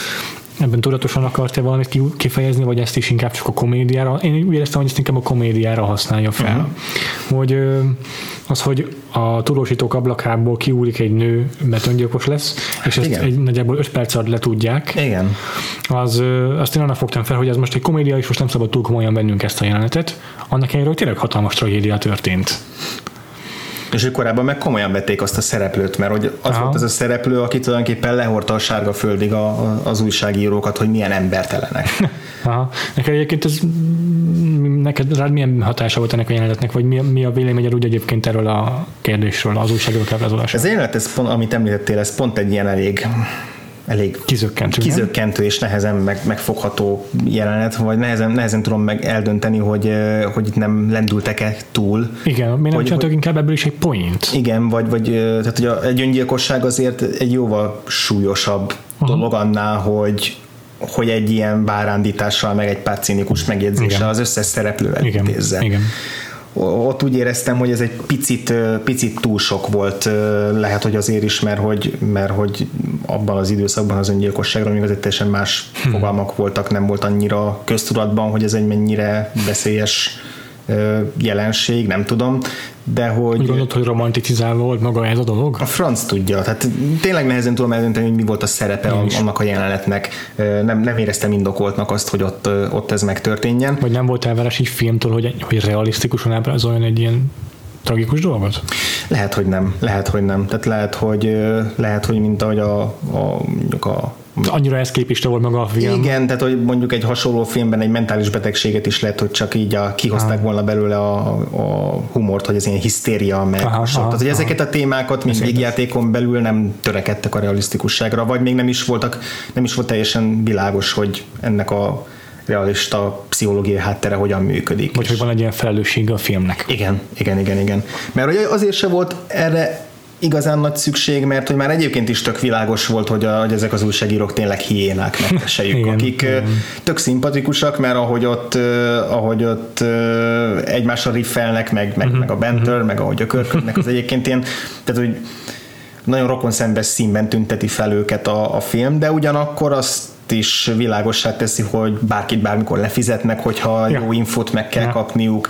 ebben tudatosan akarta valamit kifejezni, vagy ezt is inkább csak a komédiára. Én úgy éreztem, hogy ezt inkább a komédiára használja fel. Uh-huh. Hogy az, hogy a tudósítók ablakából kiúlik egy nő, mert öngyilkos lesz, és ezt egy, nagyjából öt perc alatt letudják. Igen. Az, azt én annak fogtam fel, hogy ez most egy komédia, és most nem szabad túl komolyan vennünk ezt a jelenetet. Annak ellenére, hogy tényleg hatalmas tragédia történt. És ők korábban meg komolyan vették azt a szereplőt, mert hogy az Aha. volt az a szereplő, aki tulajdonképpen lehordta a sárga földig a, a, az újságírókat, hogy milyen embertelenek. Aha. Neked egyébként ez, neked rád milyen hatása volt ennek a jelenetnek, vagy mi, mi a véleményed úgy egyébként erről a kérdésről, az újságírók ábrázolásáról? Ez jelenet, ez pont, amit említettél, ez pont egy ilyen elég elég kizökkentő, kizökkentő és nehezen meg, megfogható jelenet, vagy nehezen, nehezen tudom meg eldönteni, hogy, hogy itt nem lendültek-e túl. Igen, mi nem csináltak inkább ebből is egy point. Igen, vagy, vagy tehát, hogy a, egy öngyilkosság azért egy jóval súlyosabb uh-huh. dolog annál, hogy hogy egy ilyen bárándítással, meg egy pár cinikus megjegyzéssel igen. az összes szereplővel intézze. Igen. Ott úgy éreztem, hogy ez egy picit, picit túl sok volt, lehet, hogy azért is, mert hogy, mert hogy abban az időszakban az öngyilkosságról még azért teljesen más hmm. fogalmak voltak, nem volt annyira köztudatban, hogy ez egy mennyire veszélyes jelenség, nem tudom, de hogy... Úgy gondolod, hogy romanticizálva volt maga ez a dolog? A franc tudja, tehát tényleg nehezen tudom eldönteni, hogy mi volt a szerepe annak a jelenetnek. Nem, nem éreztem indokoltnak azt, hogy ott, ott ez megtörténjen. Vagy nem volt elvárás így filmtől, hogy, hogy realisztikusan ábrázoljon egy ilyen tragikus dolgot? Lehet, hogy nem. Lehet, hogy nem. Tehát lehet, hogy, lehet, hogy mint ahogy a, a, mondjuk a annyira eszképista volt maga a film. Igen, tehát hogy mondjuk egy hasonló filmben egy mentális betegséget is lehet, hogy csak így a, kihozták aha. volna belőle a, a humort, hogy ez ilyen hisztéria, meg aha, sok. Aha, tehát, hogy aha. ezeket a témákat még végjátékon belül nem törekedtek a realisztikusságra, vagy még nem is voltak, nem is volt teljesen világos, hogy ennek a realista pszichológiai háttere hogyan működik. Vagy hogy van egy ilyen felelőssége a filmnek. Igen, igen, igen, igen. Mert azért se volt erre igazán nagy szükség, mert hogy már egyébként is tök világos volt, hogy, a, hogy ezek az újságírók tényleg hiénák, megtesejük, akik igen. tök szimpatikusak, mert ahogy ott, ahogy ott egymásra riffelnek, meg, meg, uh-huh. meg a banter, uh-huh. meg ahogy a körködnek, az egyébként ilyen, tehát hogy nagyon rokonszembes színben tünteti fel őket a, a film, de ugyanakkor azt is világossá teszi, hogy bárkit bármikor lefizetnek, hogyha ja. jó infót meg kell ja. kapniuk,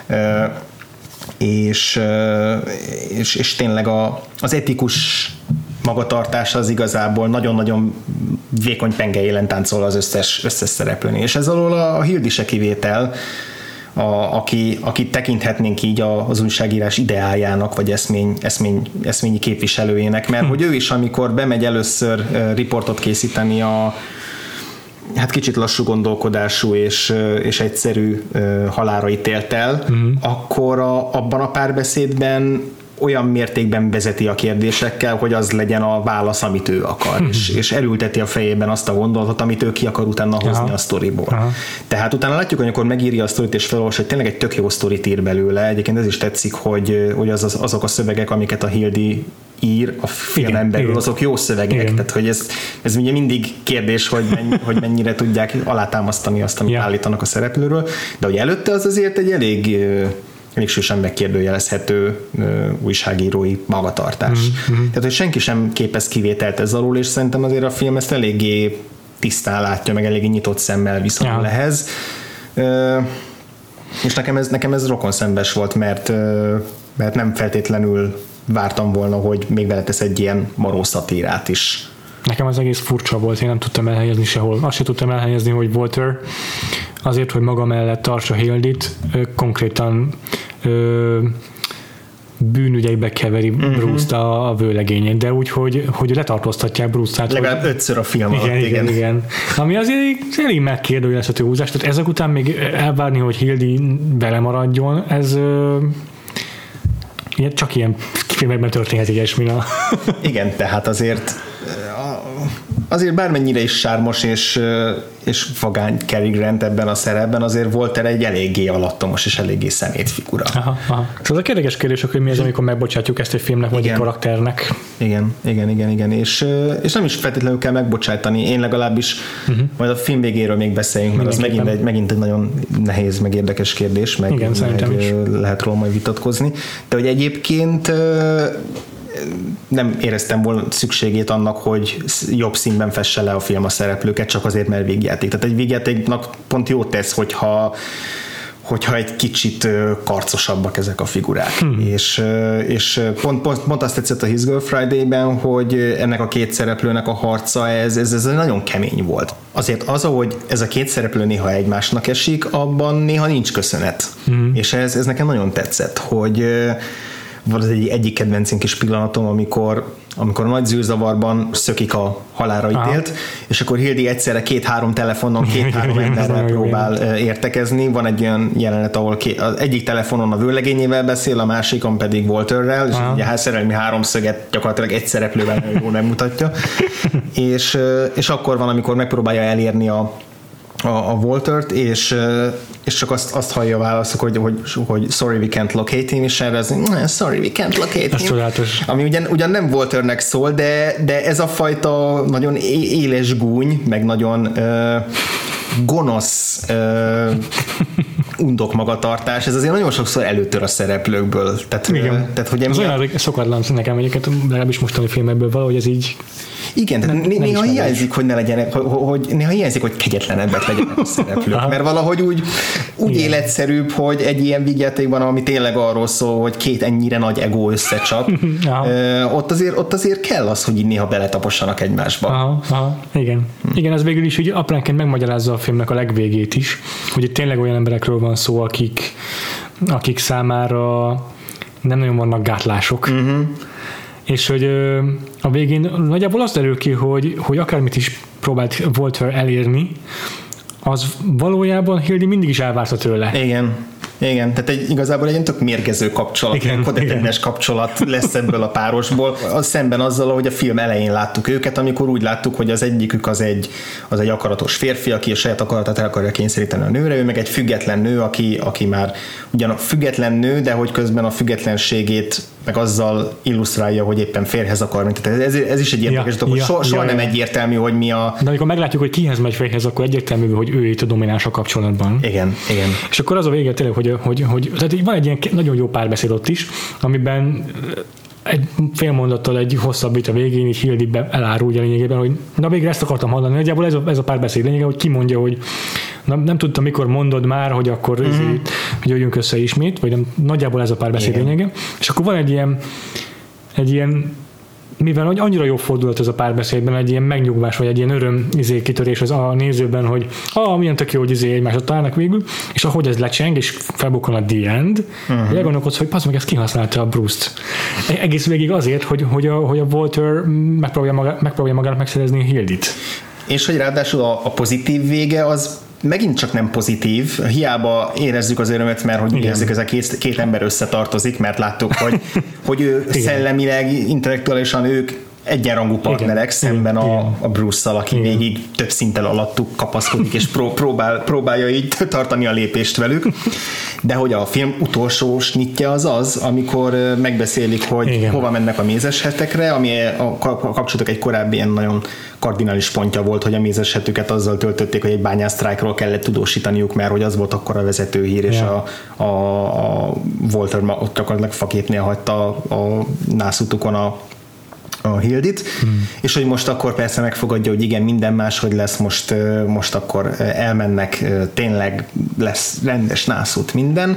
és, és, és tényleg a, az etikus magatartása az igazából nagyon-nagyon vékony penge élen táncol az összes, összes szereplőnél. És ez alól a Hildy se kivétel, a, aki, akit tekinthetnénk így az újságírás ideájának, vagy eszmény, eszmény, eszményi képviselőjének, mert hm. hogy ő is, amikor bemegy először riportot készíteni a hát kicsit lassú gondolkodású és, és egyszerű halálra ítélt el, uh-huh. akkor a, abban a párbeszédben olyan mértékben vezeti a kérdésekkel, hogy az legyen a válasz, amit ő akar, és, és elülteti a fejében azt a gondolatot, amit ő ki akar utána hozni Aha. a sztoriból. Aha. Tehát utána látjuk, hogy amikor megírja a sztorit és felolvas, hogy tényleg egy tök jó sztorit ír belőle. Egyébként ez is tetszik, hogy, hogy az, az, azok a szövegek, amiket a Hildy ír a filmen belül, azok jó szövegek. Igen. Tehát, hogy ez, ez ugye mindig kérdés, hogy, mennyi, hogy mennyire tudják alátámasztani azt, amit yeah. állítanak a szereplőről, de hogy előtte az azért egy elég elég sősen megkérdőjelezhető ö, újságírói magatartás. Mm-hmm. Tehát, hogy senki sem képez kivételt ez alól, és szerintem azért a film ezt eléggé tisztán látja, meg eléggé nyitott szemmel viszonyul ja. ehhez. Ö, és nekem ez, nekem ez rokonszembes volt, mert, ö, mert nem feltétlenül vártam volna, hogy még vele tesz egy ilyen maró szatírát is. Nekem az egész furcsa volt, én nem tudtam elhelyezni sehol. Azt sem tudtam elhelyezni, hogy Walter azért, hogy maga mellett tartsa Hildyt, konkrétan ö, bűnügyeibe keveri uh-huh. Bruce-t a, a vőlegényét, de úgy, hogy, hogy letartóztatják Bruce-t. Legalább hogy, ötször a film igen, alatt, igen. igen, igen. Ami azért elég megkérdőjelezhető húzás, tehát ezek után még elvárni, hogy Hildy vele maradjon, ez ö, csak ilyen filmekben történhet ilyesmi. Igen, tehát azért azért bármennyire is sármos és, és vagány Cary Grant ebben a szerepben, azért Walter egy eléggé alattomos és eléggé szemét figura. Aha, aha. Szóval a kérdéses kérdés, hogy mi az, amikor megbocsátjuk ezt egy filmnek, vagy igen. egy karakternek. Igen, igen, igen, igen. És, és nem is feltétlenül kell megbocsátani. Én legalábbis, uh-huh. majd a film végéről még beszéljünk, mert az megint egy, megint egy nagyon nehéz, meg érdekes kérdés, meg, igen, meg lehet róla majd vitatkozni. De hogy egyébként nem éreztem volna szükségét annak, hogy jobb színben fesse le a film a szereplőket, csak azért, mert végjáték. Tehát egy végjátéknak pont jót tesz, hogyha hogyha egy kicsit karcosabbak ezek a figurák. Hmm. És, és pont, pont, pont azt tetszett a His Girl Friday-ben, hogy ennek a két szereplőnek a harca, ez, ez, ez nagyon kemény volt. Azért az, ahogy ez a két szereplő néha egymásnak esik, abban néha nincs köszönet. Hmm. És ez, ez nekem nagyon tetszett, hogy van az egy, egyik kedvencünk kis pillanatom, amikor, amikor a nagy zűrzavarban szökik a halálra ítélt, ah. és akkor Hildy egyszerre két-három telefonon, két-három emberrel próbál értekezni. Van egy olyan jelenet, ahol két, az egyik telefonon a vőlegényével beszél, a másikon pedig Walterrel, és ah. ugye a szerelmi háromszöget gyakorlatilag egy szereplővel nagyon jól megmutatja. és, és akkor van, amikor megpróbálja elérni a a, a Waltert, és, és csak azt, azt hallja a válaszok, hogy, hogy, hogy sorry, we can't locate him, és erre az, sorry, we can't locate him. Ami ugyan, ugyan nem Walternek szól, de, de ez a fajta nagyon éles gúny, meg nagyon uh, gonosz uh, undok magatartás, ez azért nagyon sokszor előtör a szereplőkből. Tehát, igen. Tehát, hogy az olyan szokatlan nekem egyébként, legalábbis mostani filmekből valahogy ez így igen, tehát nem, néha nem hiányzik, hogy ne legyenek, hogy, hogy néha hiányzik, hogy kegyetlenebbek legyenek a szereplők, aha. mert valahogy úgy, úgy életszerűbb, hogy egy ilyen vígjátékban, ami tényleg arról szól, hogy két ennyire nagy ego összecsap, ö, ott, azért, ott azért kell az, hogy így néha beletapossanak egymásba. Aha, aha, igen. Hm. Igen, ez végül is úgy apránként megmagyarázza a filmnek a legvégét is, hogy itt tényleg olyan emberekről van szó, akik, akik számára nem nagyon vannak gátlások. Uh-huh. És hogy ö, a végén nagyjából azt derül ki, hogy, hogy akármit is próbált Walter elérni, az valójában Hildy mindig is elvárta tőle. Igen. Igen, tehát egy, igazából egy tök mérgező kapcsolat, igen, egy kodependens kapcsolat lesz ebből a párosból, az szemben azzal, hogy a film elején láttuk őket, amikor úgy láttuk, hogy az egyikük az egy, az egy akaratos férfi, aki a saját akaratát el akarja kényszeríteni a nőre, ő meg egy független nő, aki, aki már ugyan a független nő, de hogy közben a függetlenségét meg azzal illusztrálja, hogy éppen férjhez akar. Tehát ez, ez is egy érdekes dolog, ja, soha, soha ja, nem ja. egyértelmű, hogy mi a... De amikor meglátjuk, hogy kihez megy férjhez, akkor egyértelmű, hogy ő itt a domináns a kapcsolatban. Igen, igen. És akkor az a vége tényleg, hogy, hogy, hogy tehát van egy ilyen nagyon jó párbeszéd ott is, amiben egy fél mondattal egy hosszabb vita végén így Hildy elárulja lényegében, hogy na végre ezt akartam hallani. Nagyjából ez a, ez a párbeszéd lényege, hogy kimondja, hogy na, nem tudtam, mikor mondod már, hogy akkor mm-hmm. ezért, hogy jöjjünk össze ismét, vagy nem, nagyjából ez a párbeszéd lényege. És akkor van egy ilyen, egy ilyen mivel annyira jó fordulat ez a párbeszédben, egy ilyen megnyugvás, vagy egy ilyen öröm izé, kitörés az a nézőben, hogy ah, milyen tök jó, hogy izé egymásra találnak végül, és ahogy ez lecseng, és felbukkan a the end, uh-huh. hogy elgondolkodsz, hogy passz meg, ezt kihasználta a Bruce-t. Egész végig azért, hogy, hogy, a, hogy a Walter megpróbálja, maga, megpróbálja magának megszerezni a Hildyt. És hogy ráadásul a, a pozitív vége az megint csak nem pozitív, hiába érezzük az örömet, mert hogy érezzük, ez a két, két ember összetartozik, mert láttuk, hogy, hogy ő szellemileg, intellektuálisan ők egyenrangú partnerek, igen, szemben igen, a, a Bruce-szal, aki igen. végig több szinten alattuk kapaszkodik, és pró, próbál, próbálja így tartani a lépést velük. De hogy a film utolsó snitje az az, amikor megbeszélik, hogy igen. hova mennek a mézeshetekre, ami a kapcsolatok egy korábbi ilyen nagyon kardinális pontja volt, hogy a mézeshetüket azzal töltötték, hogy egy bányásztrájkról kellett tudósítaniuk, mert hogy az volt akkor a vezetőhír, és ja. a, a, a Walter ott gyakorlatilag faképnél hagyta a nászutukon a a Hildit, hmm. és hogy most akkor persze megfogadja, hogy igen, minden máshogy lesz, most, most akkor elmennek, tényleg lesz rendes nászút minden,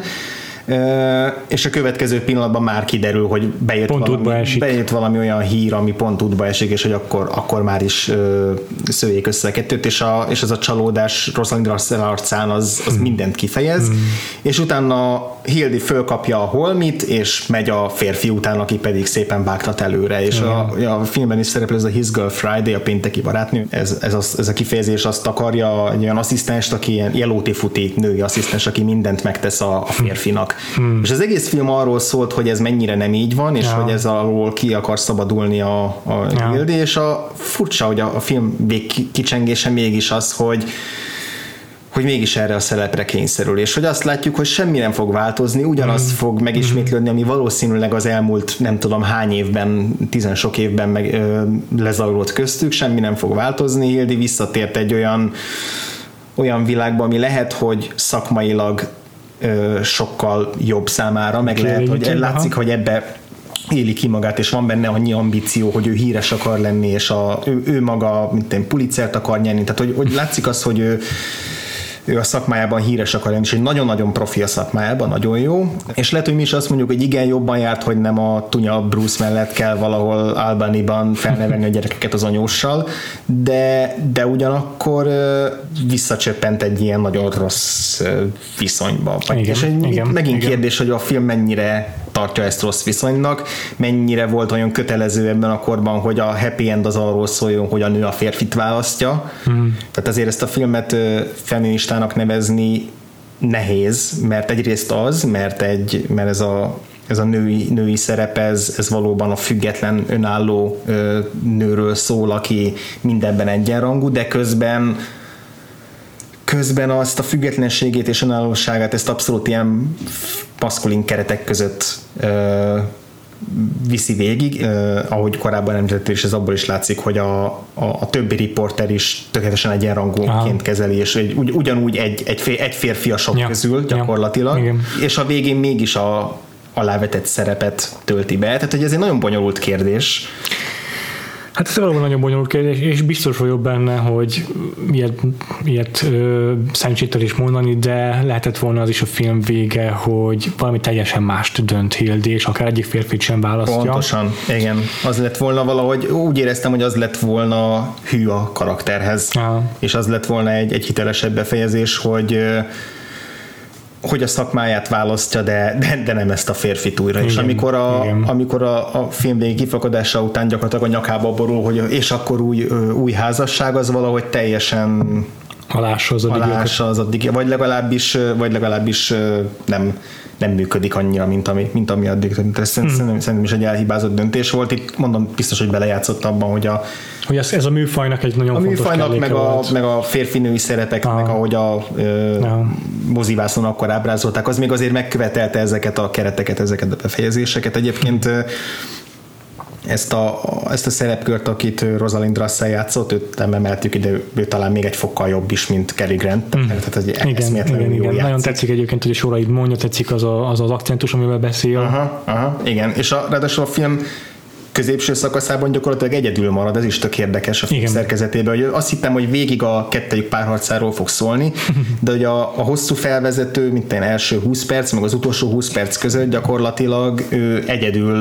és a következő pillanatban már kiderül, hogy bejött, valami, bejött valami olyan hír, ami pont útba esik, és hogy akkor, akkor már is szőjék össze a kettőt, és, a, és az a csalódás Rosalind Russell arcán az, az hmm. mindent kifejez, hmm. és utána Hildy fölkapja a holmit, és megy a férfi után, aki pedig szépen bágtat előre, és hmm. a, a filmben is szerepel ez a His Girl Friday, a pénteki barátnő, ez, ez, az, ez a kifejezés azt akarja, egy olyan asszisztenst, aki ilyen jelóti-futi női asszisztens, aki mindent megtesz a, a férfinak. Hmm. És az egész film arról szólt, hogy ez mennyire nem így van, és ja. hogy ez alól ki akar szabadulni a, a ja. Hildy, és a furcsa, hogy a, a film végkicsengése mégis az, hogy hogy mégis erre a szerepre kényszerül, és hogy azt látjuk, hogy semmi nem fog változni, ugyanaz mm. fog megismétlődni, ami valószínűleg az elmúlt nem tudom hány évben, tizen sok évben meg, ö, lezajlott köztük, semmi nem fog változni, Hildy visszatért egy olyan, olyan világba, ami lehet, hogy szakmailag ö, sokkal jobb számára, meg Kéri lehet, hogy ki, látszik, aha. hogy ebbe éli ki magát, és van benne annyi ambíció, hogy ő híres akar lenni, és a, ő, ő maga, mint egy Pulitzert akar nyerni, tehát hogy, hogy látszik az, hogy ő ő a szakmájában híres akar lenni, és egy nagyon-nagyon profi a szakmájában, nagyon jó. És lehet, hogy mi is azt mondjuk, hogy igen, jobban járt, hogy nem a tunya Bruce mellett kell valahol Albany-ban felnevelni a gyerekeket az anyóssal, de, de ugyanakkor visszacsöppent egy ilyen nagyon rossz viszonyba. Igen, és egy, igen, megint igen. kérdés, hogy a film mennyire tartja ezt rossz viszonynak, mennyire volt olyan kötelező ebben a korban, hogy a happy end az arról szóljon, hogy a nő a férfit választja. Hmm. Tehát azért ezt a filmet feministának nevezni nehéz, mert egyrészt az, mert, egy, mert ez a ez a női, női szerep, ez, ez valóban a független, önálló ö, nőről szól, aki mindenben egyenrangú, de közben közben azt a függetlenségét és önállóságát ezt abszolút ilyen maszkulin keretek között ö, viszi végig, ö, ahogy korábban említett, és ez abból is látszik, hogy a, a, a többi riporter is tökéletesen egyenrangúként kezeli, és egy, ugy, ugyanúgy egy, egy, fér, egy férfi a sok ja. közül gyakorlatilag, ja. és a végén mégis a alávetett szerepet tölti be. Tehát, hogy ez egy nagyon bonyolult kérdés. Hát ez valóban nagyon bonyolult kérdés, és biztos vagyok benne, hogy ilyet, ilyet ö, szerencsétlen is mondani, de lehetett volna az is a film vége, hogy valami teljesen mást dönt Hildy, és akár egyik férfit sem választja. Pontosan, igen. Az lett volna valahogy, úgy éreztem, hogy az lett volna hű a karakterhez, ah. és az lett volna egy, egy hitelesebb befejezés, hogy hogy a szakmáját választja, de, de, de nem ezt a férfit újra. Igen, és amikor a, amikor a, a film végi kifakadása után gyakorlatilag a nyakába borul, hogy és akkor új, új házasság, az valahogy teljesen alássa az addig, alássa az addig vagy legalábbis, vagy legalábbis nem, nem működik annyira, mint ami, mint ami addig. Hmm. Szerintem, szerintem is egy elhibázott döntés volt. Itt mondom, biztos, hogy belejátszott abban, hogy a hogy ez, ez a műfajnak egy nagyon a fontos műfajnak, meg a, meg a férfi-női szerepeknek, ahogy a ö, mozivászon akkor ábrázolták, az még azért megkövetelte ezeket a kereteket, ezeket a befejezéseket. Egyébként hmm. ezt a, ezt a szerepkört, akit Rosalind Russell játszott, őt nem emeltük ide, ő, ő talán még egy fokkal jobb is, mint Cary Grant. Mm. Tehát egy igen, igen, igen. Nagyon tetszik egyébként, hogy a soraid mondja, tetszik az, a, az az akcentus, amivel beszél. Aha, aha, igen, és a, ráadásul a film középső szakaszában gyakorlatilag egyedül marad, ez is tök érdekes a film szerkezetében, hogy azt hittem, hogy végig a kettejük párharcáról fog szólni, de hogy a, a hosszú felvezető, mint egy első húsz perc, meg az utolsó húsz perc között gyakorlatilag ő egyedül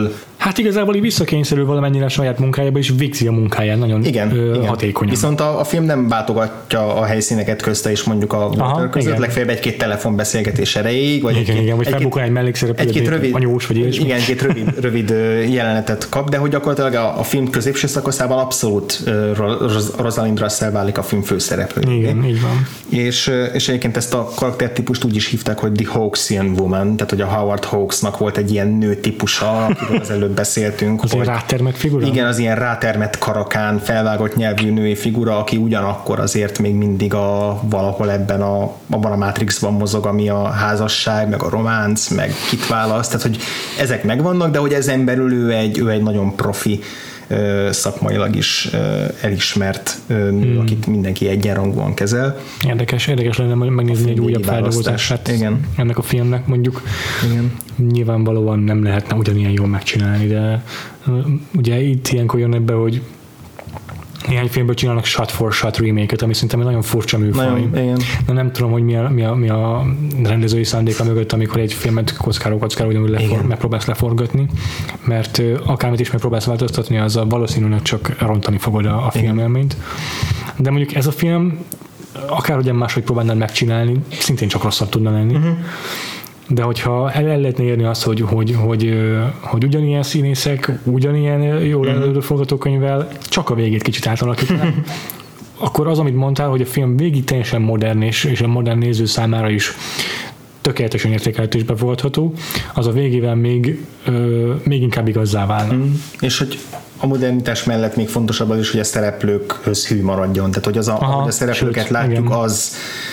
Hát igazából így visszakényszerül valamennyire a saját munkájába, és végzi a munkáját nagyon igen, ö, igen. hatékonyan. Viszont a, a film nem váltogatja a helyszíneket közte is mondjuk a Aha, között, igen. legfeljebb egy-két telefonbeszélgetés erejéig, vagy igen, egy-két, igen, vagy felbukol egy mellékszereplő, egy-két rövid, anyós, vagy ilyesmi. Igen, egy-két rövid, rövid jelenetet kap, de hogy gyakorlatilag a, a film középső szakaszában abszolút uh, Rosalind Russell válik a film főszereplő. Igen, így van. És, és egyébként ezt a karaktertípust úgy is hívták, hogy The Hawksian Woman, tehát hogy a Howard Hawksnak volt egy ilyen nő típusa, akiről az előbb beszéltünk. Az hogy, rátermett figura? Igen, az ilyen rátermett karakán, felvágott nyelvű női figura, aki ugyanakkor azért még mindig a, valahol ebben a, abban a Matrixban mozog, ami a házasság, meg a románc, meg kit választ, tehát hogy ezek megvannak, de hogy ezen belül ő egy, ő egy nagyon profi, szakmailag is elismert nő, hmm. akit mindenki egyenrangúan kezel. Érdekes, érdekes lenne megnézni egy újabb feldolgozását ennek a filmnek, mondjuk. Igen. Nyilvánvalóan nem lehetne ugyanilyen jól megcsinálni, de ugye itt ilyenkor jön ebbe, hogy néhány filmből csinálnak shot for shot remake-et, ami szerintem egy nagyon furcsa műfaj. De nem tudom, hogy mi a, mi a, mi a rendezői szándéka mögött, amikor egy filmet kockáról kockáról ugyanúgy lefor, megpróbálsz leforgatni, mert akármit is megpróbálsz változtatni, az a valószínűleg csak rontani fogod a, a filmélményt. De mondjuk ez a film, akárhogyan máshogy próbálnád megcsinálni, szintén csak rosszabb tudna lenni. Uh-huh. De hogyha el, el lehetne érni azt, hogy, hogy, hogy, hogy ugyanilyen színészek, ugyanilyen jól előadó forgatókönyvvel, csak a végét kicsit átalakítanak, akkor az, amit mondtál, hogy a film végig teljesen modern, és, és a modern néző számára is tökéletesen értékelhető és befogadható, az a végével még, ö, még inkább igazzá válna. Mm. És hogy a modernitás mellett még fontosabb az is, hogy a szereplőkhöz hű maradjon. Tehát, hogy az a, Aha, ahogy a szereplőket sőt, látjuk, igen. az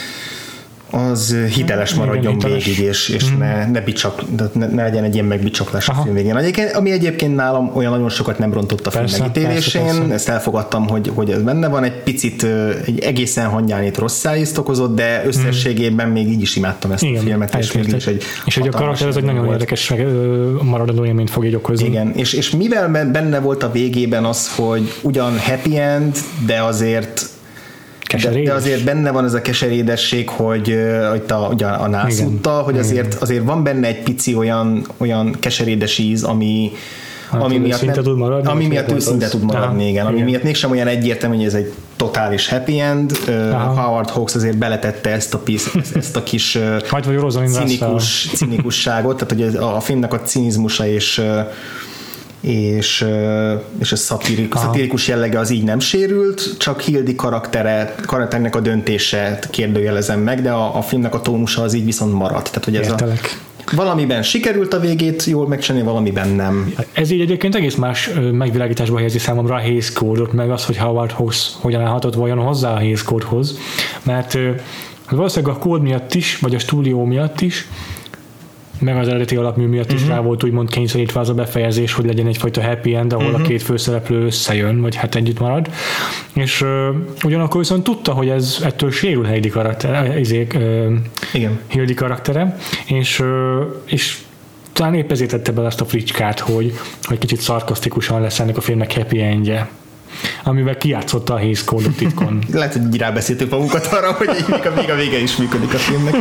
az hiteles maradjon igen, végig, és, és mm. ne, ne, bicsak, ne, ne legyen egy ilyen megbicsaklás a film végén. Ami egyébként nálam olyan nagyon sokat nem rontott a film persze, megítélésén, persze, persze. Ezt elfogadtam, hogy, hogy ez benne van, egy picit egy egészen hangyánit rossz szájízt okozott, de összességében mm. még így is imádtam ezt igen, a filmet, és még is egy és hogy a karakter ez egy nagyon volt. Érdekes maradandó élményt fog így okozni. Igen, és, és mivel benne volt a végében az, hogy ugyan happy end, de azért De, de azért benne van ez a keserédesség, hogy, hogy a, ugye a nászúttal, hogy azért, azért van benne egy pici olyan, olyan keserédes íz, ami, hát, ami miatt, nem, tud maradni, ami miatt őszinte tud maradni, igen, ami igen. miatt mégsem olyan egyértelmű, hogy ez egy totális happy end. Aha. Howard Hawks azért beletette ezt a, pisz, ezt a kis cinikus, cinikusságot, tehát hogy a, a filmnek a cinizmusa és és, és a szatirikus, szatirikus jellege az így nem sérült, csak Hildy karaktere, karakternek a döntése kérdőjelezem meg, de a, a filmnek a tónusa az így viszont maradt. Tehát, hogy ez Értelek. a, valamiben sikerült a végét jól megcsinálni, valamiben nem. Ez így egyébként egész más megvilágításba helyezi számomra a Hays Code-ot, meg az, hogy Howard Hawks hogyan állhatott vajon hozzá a Hays Code-hoz, mert valószínűleg a kód miatt is, vagy a stúdió miatt is, meg az eredeti alapmű miatt is uh-huh. rá volt úgymond kényszerítve az a befejezés, hogy legyen egyfajta happy end, ahol uh-huh. a két főszereplő összejön, vagy hát együtt marad. És uh, ugyanakkor viszont tudta, hogy ez ettől sérül Heidi karaktere, ezért, uh, Igen. Hildy karaktere, és, uh, és talán épp ezért tette bele azt a fricskát, hogy, hogy kicsit szarkasztikusan lesz ennek a filmnek happy endje, amivel kijátszotta a Hays Code-ot titkon. Lehet, hogy rábeszéltük magunkat arra, hogy még a, még a vége is működik a filmnek.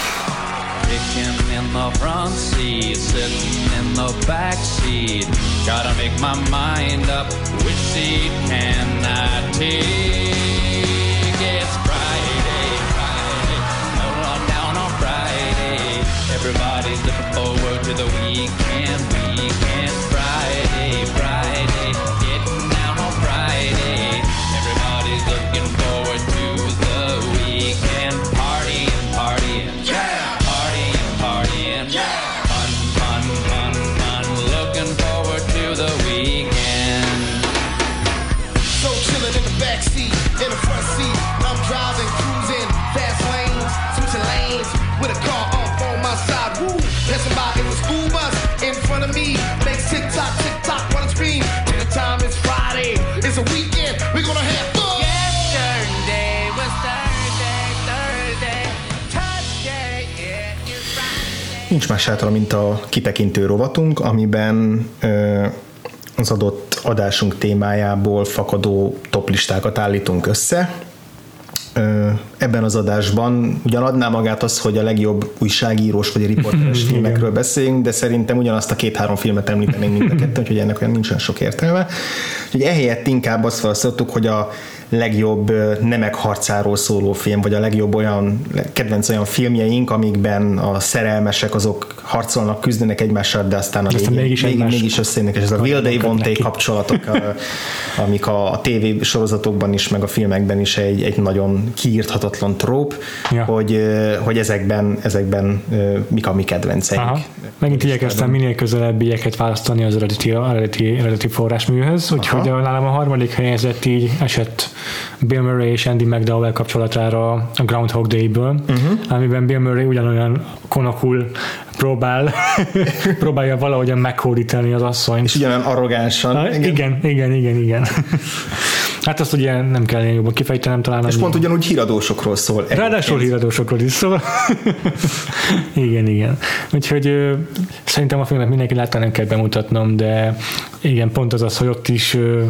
In the front seat, sitting in the back seat. Gotta make my mind up, which seat can I take? It's Friday, Friday, no run down on Friday. Everybody's looking forward to the weekend, weekend. Friday, Friday, getting down on Friday. Everybody's looking forward to the weekend, partying, partying, yeah. With a car off on my side, woo, passing by in the school bus in front of me, makes tick tock, tick tock, wanna scream. The time is Friday, it's a weekend, we're gonna have fun. Yesterday was Thursday, Thursday, Thursday, it is Friday. Nincs más hátra, mint a kitekintő rovatunk, amiben ö, az adott adásunk témájából fakadó toplistákat állítunk össze. ebben az adásban ugyan adná magát az, hogy a legjobb újságírós vagy riporteres filmekről beszélünk, de szerintem ugyanazt a két-három filmet említenénk mind a kettő, úgyhogy ennek olyan nincsen sok értelme. Úgyhogy ehelyett inkább azt választottuk, hogy a legjobb nemek harcáról szóló film, vagy a legjobb olyan, kedvenc olyan filmjeink, amikben a szerelmesek azok harcolnak, küzdenek egymással, de aztán a aztán végén, mégis, mégis, mégis összejönnek, és ez a will they, won't they kapcsolatok, amik a tévé sorozatokban is, meg a filmekben is egy, egy nagyon kiírthatatlan tróp, ja. hogy, hogy ezekben, ezekben mik a mi kedvenceink. Aha. Megint igyekeztem minél közelebbieket választani az eredeti, eredeti, eredeti forrásműhöz, úgyhogy nálam a harmadik helyezett így esett Bill Murray és Andy McDowell kapcsolatára a Groundhog Day-ből, uh-huh. amiben Bill Murray ugyanolyan konokul próbál próbálja valahogyan meghódítani az asszonyt. És ugyanolyan arrogánsan. Ha, igen. igen, igen, igen, igen. Hát azt ugye nem kell ilyen jobban kifejtenem talán. És pont ugyanúgy híradósokról szól. Ráadásul híradósokról is szól. igen, igen. Úgyhogy ö, szerintem a filmet mindenki látta, nem kell bemutatnom, de igen, pont az az, hogy ott is ö,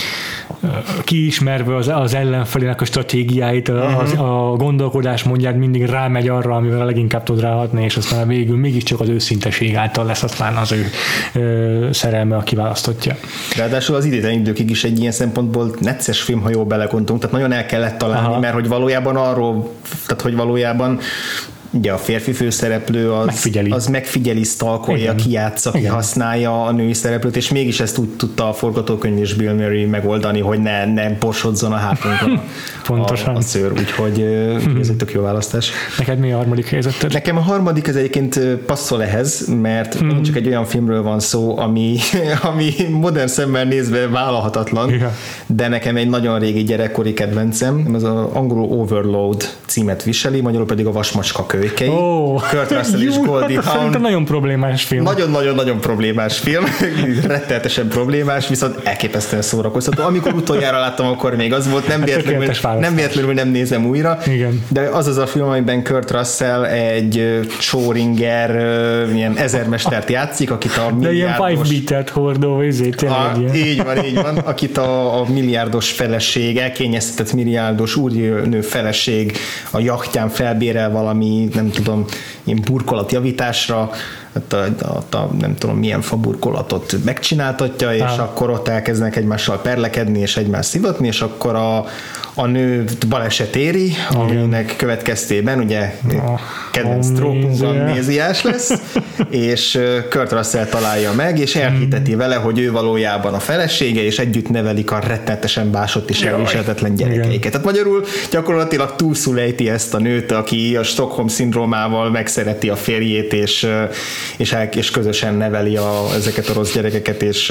kiismerve az, az ellenfelének a stratégiáit, uh-huh. az, a gondolkodás mondját mindig rámegy arra, amivel a leginkább tud ráhatni, és aztán a végül mégiscsak az őszinteség által lesz aztán az ő ö, szerelme, aki választotja. Ráadásul az idétlen időkig is egy ilyen szempontból necces film, ha jól belekontunk, tehát nagyon el kellett találni, Aha. mert hogy valójában arról, tehát hogy valójában ugye a férfi főszereplő az megfigyeli, az megfigyeli sztalkolja, kijátsza, ki használja a női szereplőt, és mégis ezt úgy tudta a forgatókönyv és Bill Murray megoldani, hogy ne, ne porsodzon a hátunkon a, a, a szőr, úgyhogy hmm. ez egy tök jó választás. Neked mi a harmadik helyzeted? Nekem a harmadik az egyébként passzol ehhez, mert hmm. csak egy olyan filmről van szó, ami, ami modern szemmel nézve vállalhatatlan, ja. de nekem egy nagyon régi gyerekkori kedvencem, ez az angolul Overload címet viseli, magyarul pedig a Vasmacska kölykei. Oh, Kurt Russell és Goldie Hawn. Szerintem nagyon problémás film. Nagyon-nagyon-nagyon problémás film. Rettenetesen problémás, viszont elképesztően szórakoztató. Amikor utoljára láttam, akkor még az volt, nem véletlenül, nem, véletlenül nem nézem újra. Igen. De az az a film, amiben Kurt Russell egy Schrödinger ilyen ezermestert játszik, akit a milliárdos... De ilyen five-beat-et hordó, ezért tényleg Így van, így van. Akit a, a milliárdos feleség, elkényeztetett milliárdos úrnő feleség a jachtján felbérel valami, nem tudom, ilyen burkolatjavításra, a, a, a, nem tudom milyen faburkolatot megcsináltatja, és ah. akkor ott elkezdenek egymással perlekedni, és egymást szivatni, és akkor a, a nő baleset éri, aminek következtében ugye oh. kedvenc trópunk amnéziás lesz, és Kurt Russell találja meg, és elhiteti vele, hogy ő valójában a felesége, és együtt nevelik a rettenetesen básott és elviselhetetlen gyerekeiket. Tehát magyarul gyakorlatilag túlszul ejti ezt a nőt, aki a Stockholm-szindrómával megszereti a férjét, és, és, el, és közösen neveli a, ezeket a rossz gyerekeket, és,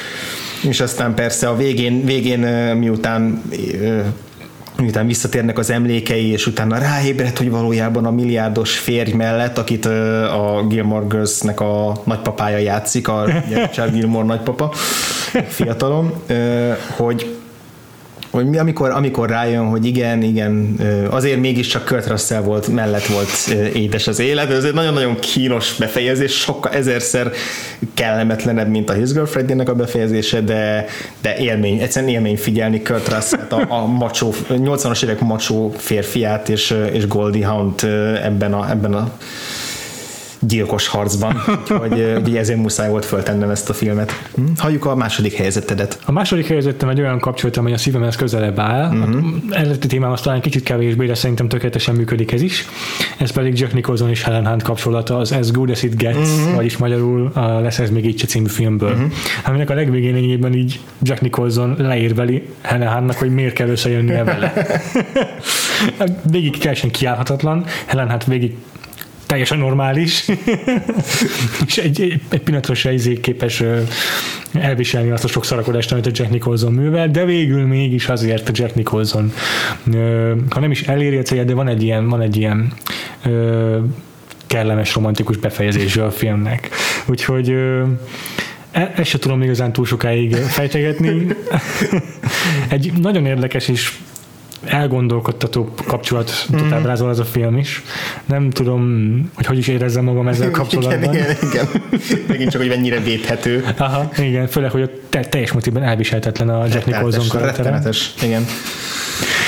és aztán persze a végén, végén miután miután visszatérnek az emlékei, és utána ráébred, hogy valójában a milliárdos férj mellett, akit a Gilmore Girls-nek a nagypapája játszik, a Richard Gilmore nagypapa, fiatalom, hogy hogy mi, amikor, amikor rájön, hogy igen, igen, azért mégiscsak Kurt Russell volt, mellett volt édes az élet, ez egy nagyon-nagyon kínos befejezés, sokkal ezerszer kellemetlenebb, mint a His Girl Friday-nek a befejezése, de, de élmény, egyszerűen élmény figyelni Kurt Russell-t, a, a macsó, nyolcvanas évek macsó férfiát, és, és Goldie Hawn-t ebben a, ebben a gyilkos harcban, úgyhogy ugye ezért muszáj volt föltennem ezt a filmet. Halljuk a második helyzetedet. A második helyzetem egy olyan kapcsolat, amely a szívemhez közelebb áll. Uh-huh. Eredeti témához talán kicsit kevésbé, de szerintem tökéletesen működik ez is. Ez pedig Jack Nicholson és Helen Hunt kapcsolata, az As Good As It Gets, uh-huh. vagyis magyarul a Lesz ez még így se című filmből. Uh-huh. Aminek a legvégén így Jack Nicholson leírveli Helen Huntnak, hogy miért kell összejönnie vele. Végig teljesen kiállhatatlan. Helen Hunt végig teljesen normális, és egy, egy, egy pillanatra se izé képes elviselni azt a sok szarakodást, amit a Jack Nicholson művel, de végül mégis azért a Jack Nicholson, ha nem is eléri a célját, de van egy ilyen, van egy ilyen kellemes, romantikus befejezése a filmnek. Úgyhogy ezt se tudom igazán túl sokáig fejtegetni. Egy nagyon érdekes és elgondolkodtató kapcsolatot mm. ábrázol ez a film is. Nem tudom, hogy hogy is érezzem magam ezzel kapcsolatban. Igen, igen, igen. Megint csak, hogy mennyire védhető. Aha, igen, főleg, hogy a te- teljes mértékben elviselhetetlen a Jack Nicholson karaktere. Rettenetes, igen.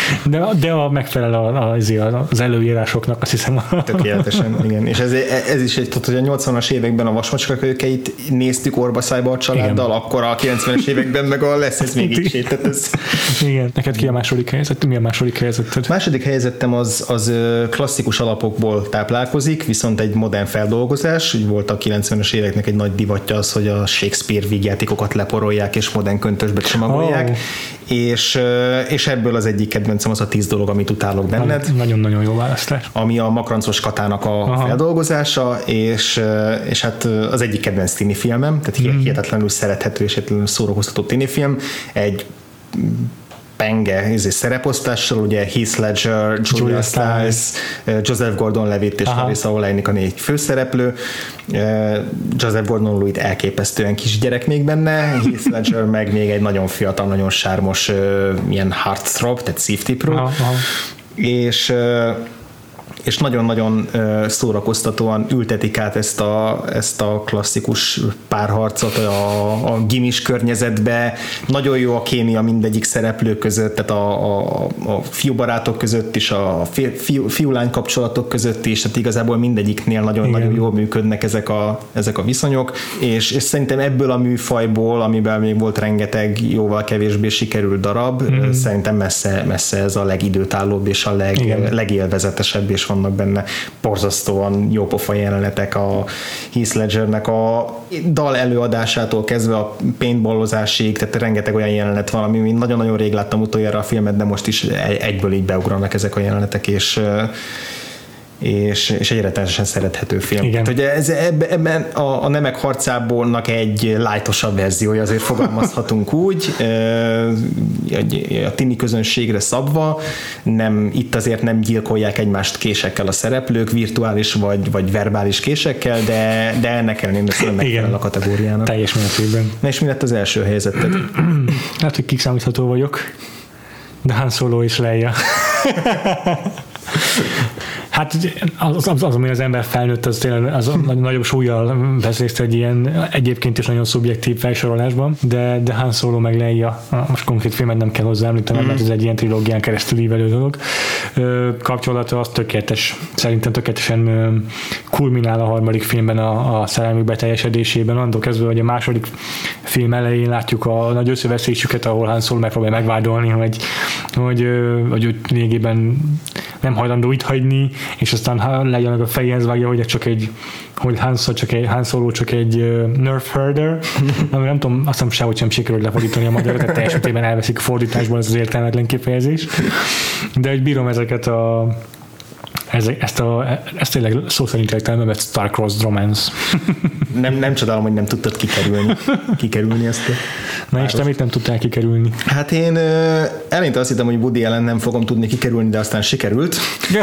De, de a megfelel az, az előírásoknak, azt hiszem. Tökéletesen, igen. És ez, ez is egy, hogy a nyolcvanas években a Vasmacska kölyökeit néztük orbaszájba a családdal, igen. Akkor a kilencvenes években meg a lesz ez még így sét. Ez... Igen. Neked ki a második helyzet? Mi a második helyzeted? A második helyzetem az, az klasszikus alapokból táplálkozik, viszont egy modern feldolgozás. Úgy volt a kilencvenes éveknek egy nagy divatja az, hogy a Shakespeare vígjátékokat leporolják és modern köntösbe csomagolják. Oh. És, és ebből az egyik kedvencem az a tíz dolog, amit utálok benned. Nagyon-nagyon jó választás. Ami a Makrancos Katának a Aha. feldolgozása, és, és hát az egyik kedvenc tínifilmem, tehát mm. hihetetlenül szerethető és hihetetlenül szórakoztató tínifilm. Egy penge ez szereposztással, ugye Heath Ledger, Julia Stiles, Joseph Gordon-Levitt és Larissa Oleynik a négy főszereplő. Joseph Gordon-Levitt elképesztően kis gyerek még benne, Heath Ledger meg még egy nagyon fiatal, nagyon sármos ilyen heartthrob, tehát szívtipró. És és nagyon-nagyon szórakoztatóan ültetik át ezt a, ezt a klasszikus párharcot a, a gimis környezetbe. Nagyon jó a kémia mindegyik szereplő között, tehát a, a, a fiúbarátok között is, a fiú, fiú-lány kapcsolatok között is, tehát igazából mindegyiknél nagyon-nagyon jól működnek ezek a, ezek a viszonyok, és, és szerintem ebből a műfajból, amiben még volt rengeteg jóval kevésbé sikerült darab, mm. szerintem messze, messze ez a legidőtállóbb és a leg, legélvezetesebb, és vannak benne borzasztóan jópofa jelenetek a Heath Ledgernek a dal előadásától kezdve a paintballozásig, tehát rengeteg olyan jelenet van, ami nagyon-nagyon rég láttam utoljára a filmet, de most is egyből így beugranak ezek a jelenetek, és és, és egy rettenetesen szerethető film. Igen. Tehát, hogy ez, ebben a, a Nemek harcából egy lightosabb verziója, azért fogalmazhatunk úgy, a tini közönségre szabva, nem, itt azért nem gyilkolják egymást késekkel a szereplők, virtuális vagy, vagy verbális késekkel, de, de ennek ellenére megfelel a kategóriának. Teljes mértékben. Na és mi lett az első helyzeted? Hát, hogy kiszámítható vagyok, de Han Solo és Leia. Hát az, az, az, ami az ember felnőtt, az tényleg az nagyobb súllyal vesz részt egy ilyen egyébként is nagyon szubjektív felsorolásban, de, de Han Solo meg Leia, most konkrét filmet nem kell hozzá említenem, mm. mert ez egy ilyen trilógián keresztül ívelő dolog. Kapcsolata az tökéletes, szerintem tökéletesen kulminál a harmadik filmben a, a szerelmük beteljesedésében, annól kezdve, hogy a második film elején látjuk a nagy összeveszésüket, ahol Han Solo megpróbálja megvádolni, hogy, hogy, hogy ő lényegében nem hajlandó itt hagyni, és aztán legyen meg a fejéhez vágja, hogy csak egy, hogy Han Solo csak egy, Han Solo csak egy uh, nerf herder, ami nem tudom, azt hiszem sehogy sem sikerült lefordítani a magyarra, tehát teljes mértékben elveszik a fordításból ez az értelmetlen kifejezés. De hogy bírom ezeket a Ez, ezt, a, ezt tényleg szó szerint értelmezett star-crossed romance. Nem, nem csodálom, hogy nem tudtad kikerülni, kikerülni ezt a Na és te mit nem tudtál kikerülni? Hát én eleinte azt hittem, hogy Woody Allen nem fogom tudni kikerülni, de aztán sikerült.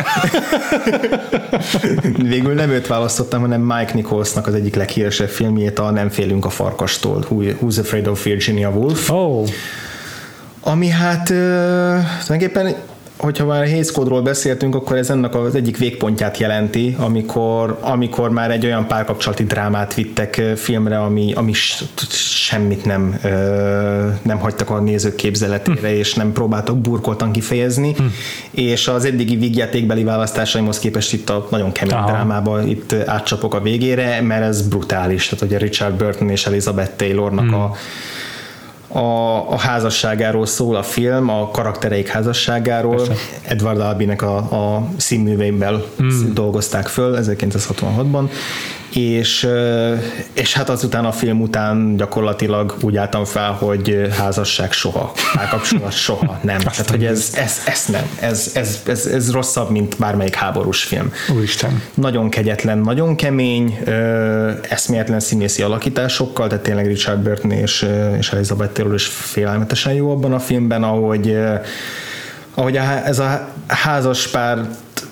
Végül nem őt választottam, hanem Mike Nicholsnak az egyik leghíresebb filmjét, a Nem félünk a farkastól, Who's Afraid of Virginia Woolf. Oh. Ami hát tulajdonképpen hogyha már a Hays Code-ról beszéltünk, akkor ez ennek az egyik végpontját jelenti, amikor, amikor már egy olyan párkapcsolati drámát vittek filmre, ami, ami semmit nem, nem hagytak a nézők képzeletére, hm. és nem próbáltak burkoltan kifejezni, hm. és az eddigi vígjátékbeli választásaimhoz képest itt a nagyon kemény Aha. drámában itt átcsapok a végére, mert ez brutális, tehát hogy a Richard Burton és Elizabeth Taylornak hm. a A, a házasságáról szól a film, a karaktereik házasságáról. Persze. Edward Albee-nek a, a színműveimből mm. dolgozták föl ezerkilencszázhatvanhatban, és, és hát azután a film után gyakorlatilag úgy álltam fel, hogy házasság soha, párkapcsolat soha, nem. Tehát, hogy ez, ez, ez nem. Ez, ez, ez, ez rosszabb, mint bármelyik háborús film. Úristen. Nagyon kegyetlen, nagyon kemény, eszméletlen színészi alakításokkal, tehát tényleg Richard Burton és, és Elizabeth Taylor is félelmetesen jó abban a filmben, ahogy, ahogy ez a házas pár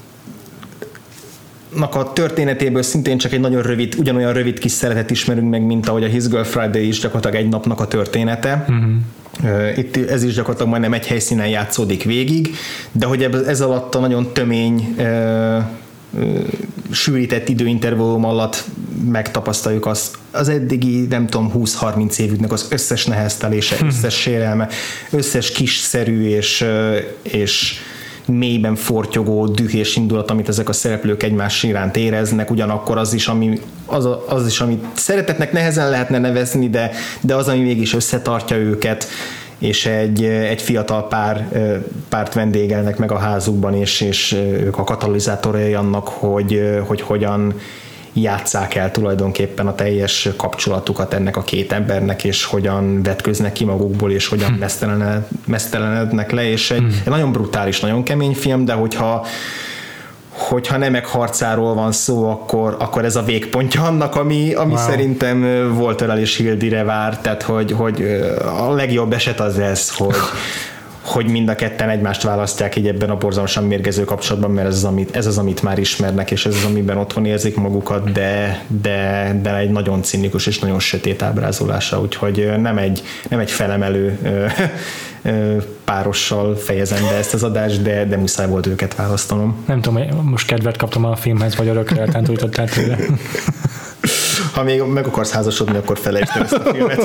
a történetéből szintén csak egy nagyon rövid, ugyanolyan rövid kis szeretet ismerünk meg, mint ahogy a His Girl Friday is gyakorlatilag egy napnak a története. Uh-huh. Itt ez is gyakorlatilag majdnem egy helyszínen játszódik végig, de hogy ez alatt a nagyon tömény sűrített időintervallum alatt megtapasztaljuk azt, az eddigi, nem tudom, húsz-harminc évüknek az összes neheztelése, összes sérelme, összes kisszerű és, és mélyben fortyogó düh és indulat, amit ezek a szereplők egymás iránt éreznek, ugyanakkor az is, ami, az, az is, amit szeretetnek nehezen lehetne nevezni, de, de az, ami mégis összetartja őket, és egy, egy fiatal pár, párt vendégelnek meg a házukban, és, és ők a katalizátorai annak, hogy, hogy hogyan játsszák el tulajdonképpen a teljes kapcsolatukat ennek a két embernek, és hogyan vetköznek ki magukból, és hogyan mesztelened, mesztelenednek le, és egy, hmm. egy nagyon brutális, nagyon kemény film, de hogyha hogyha nemek harcáról van szó, akkor, akkor ez a végpontja annak, ami, ami wow. szerintem Walterrel és Hildire vár, tehát hogy, hogy a legjobb eset az ez, hogy hogy mind a ketten egymást választják így ebben a borzalmasan mérgező kapcsolatban, mert ez az, amit, ez az, amit már ismernek, és ez az, amiben otthon érzik magukat, de, de, de egy nagyon cinikus és nagyon sötét ábrázolása, úgyhogy nem egy, nem egy felemelő párossal fejezem be ezt az adást, de, de muszáj volt őket választanom. Nem tudom, hogy most kedvet kaptam a filmhez, vagy örökre eltántorítottál tőle. Ha még meg akarsz házasodni, akkor felejtsd el ezt a filmet.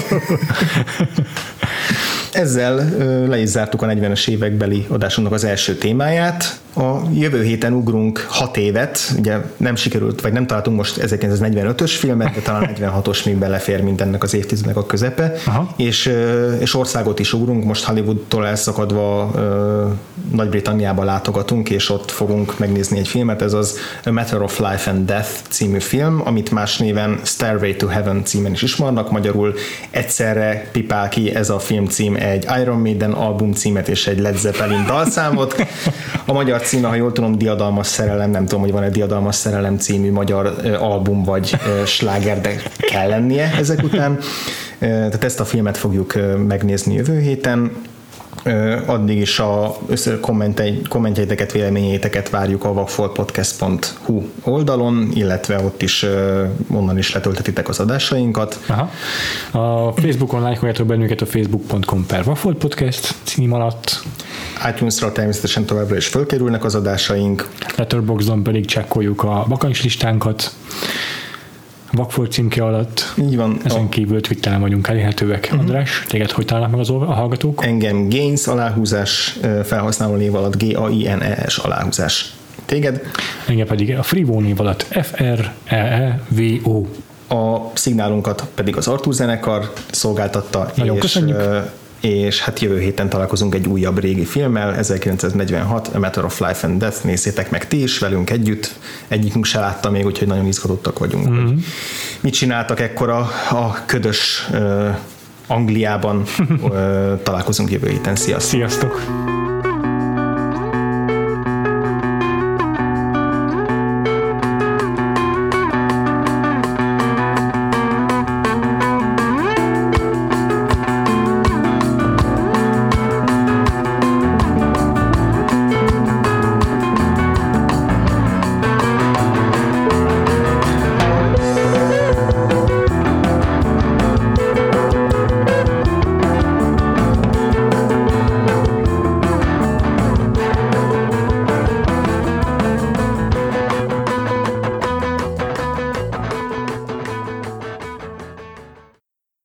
Ezzel le is zártuk a negyvenes évekbeli adásunknak az első témáját. A jövő héten ugrunk hat évet, ugye nem sikerült, vagy nem találtunk most ezerkilencszáznegyvenötös filmet, de talán negyvenhatos még belefér, mint ennek az évtizednek a közepe, és, és országot is ugrunk, most Hollywoodtól elszakadva Nagy-Britanniába látogatunk, és ott fogunk megnézni egy filmet, ez az A Matter of Life and Death című film, amit más néven Stairway to Heaven címen is ismernek, magyarul egyszerre pipál ki ez a filmcím egy Iron Maiden album címet és egy Led Zeppelin dalszámot. A magyar címe, ha jól tudom, Diadalmas szerelem, nem tudom, hogy van-e Diadalmas szerelem című magyar album vagy sláger, de kell lennie ezek után. Tehát ezt a filmet fogjuk megnézni jövő héten. Addig is a kommentjeiteket, véleményeiteket várjuk a vakfoltpodcast pont hu oldalon, illetve ott is onnan is letöltetitek az adásainkat. Aha. A Facebookon lájkoljátok bennünket a facebook pont com per vakfoltpodcast cím alatt. iTunes-ra természetesen továbbra is fölkerülnek az adásaink. Letterboxdon pedig csekkoljuk a bakancslistánkat. Vakfolt címke alatt. Így van. Ezen a... kívül Twitteren vagyunk elérhetőek. Uh-huh. András, téged hogy találnak meg az a hallgatók? Engem Gains aláhúzás felhasználó név alatt G A I N E S aláhúzás. Téged? Engem pedig a Freevo név alatt F R E E V O. A szignálunkat pedig az Artúr zenekar szolgáltatta. Nagyon és, köszönjük. És hát jövő héten találkozunk egy újabb régi filmmel, ezerkilencszáznegyvenhat, A Matter of Life and Death, nézzétek meg ti is velünk együtt, egyikünk se látta még, úgyhogy nagyon izgatottak vagyunk, mm-hmm. hogy mit csináltak ekkora a ködös uh, Angliában. uh, találkozunk jövő héten, sziasztok! Sziasztok!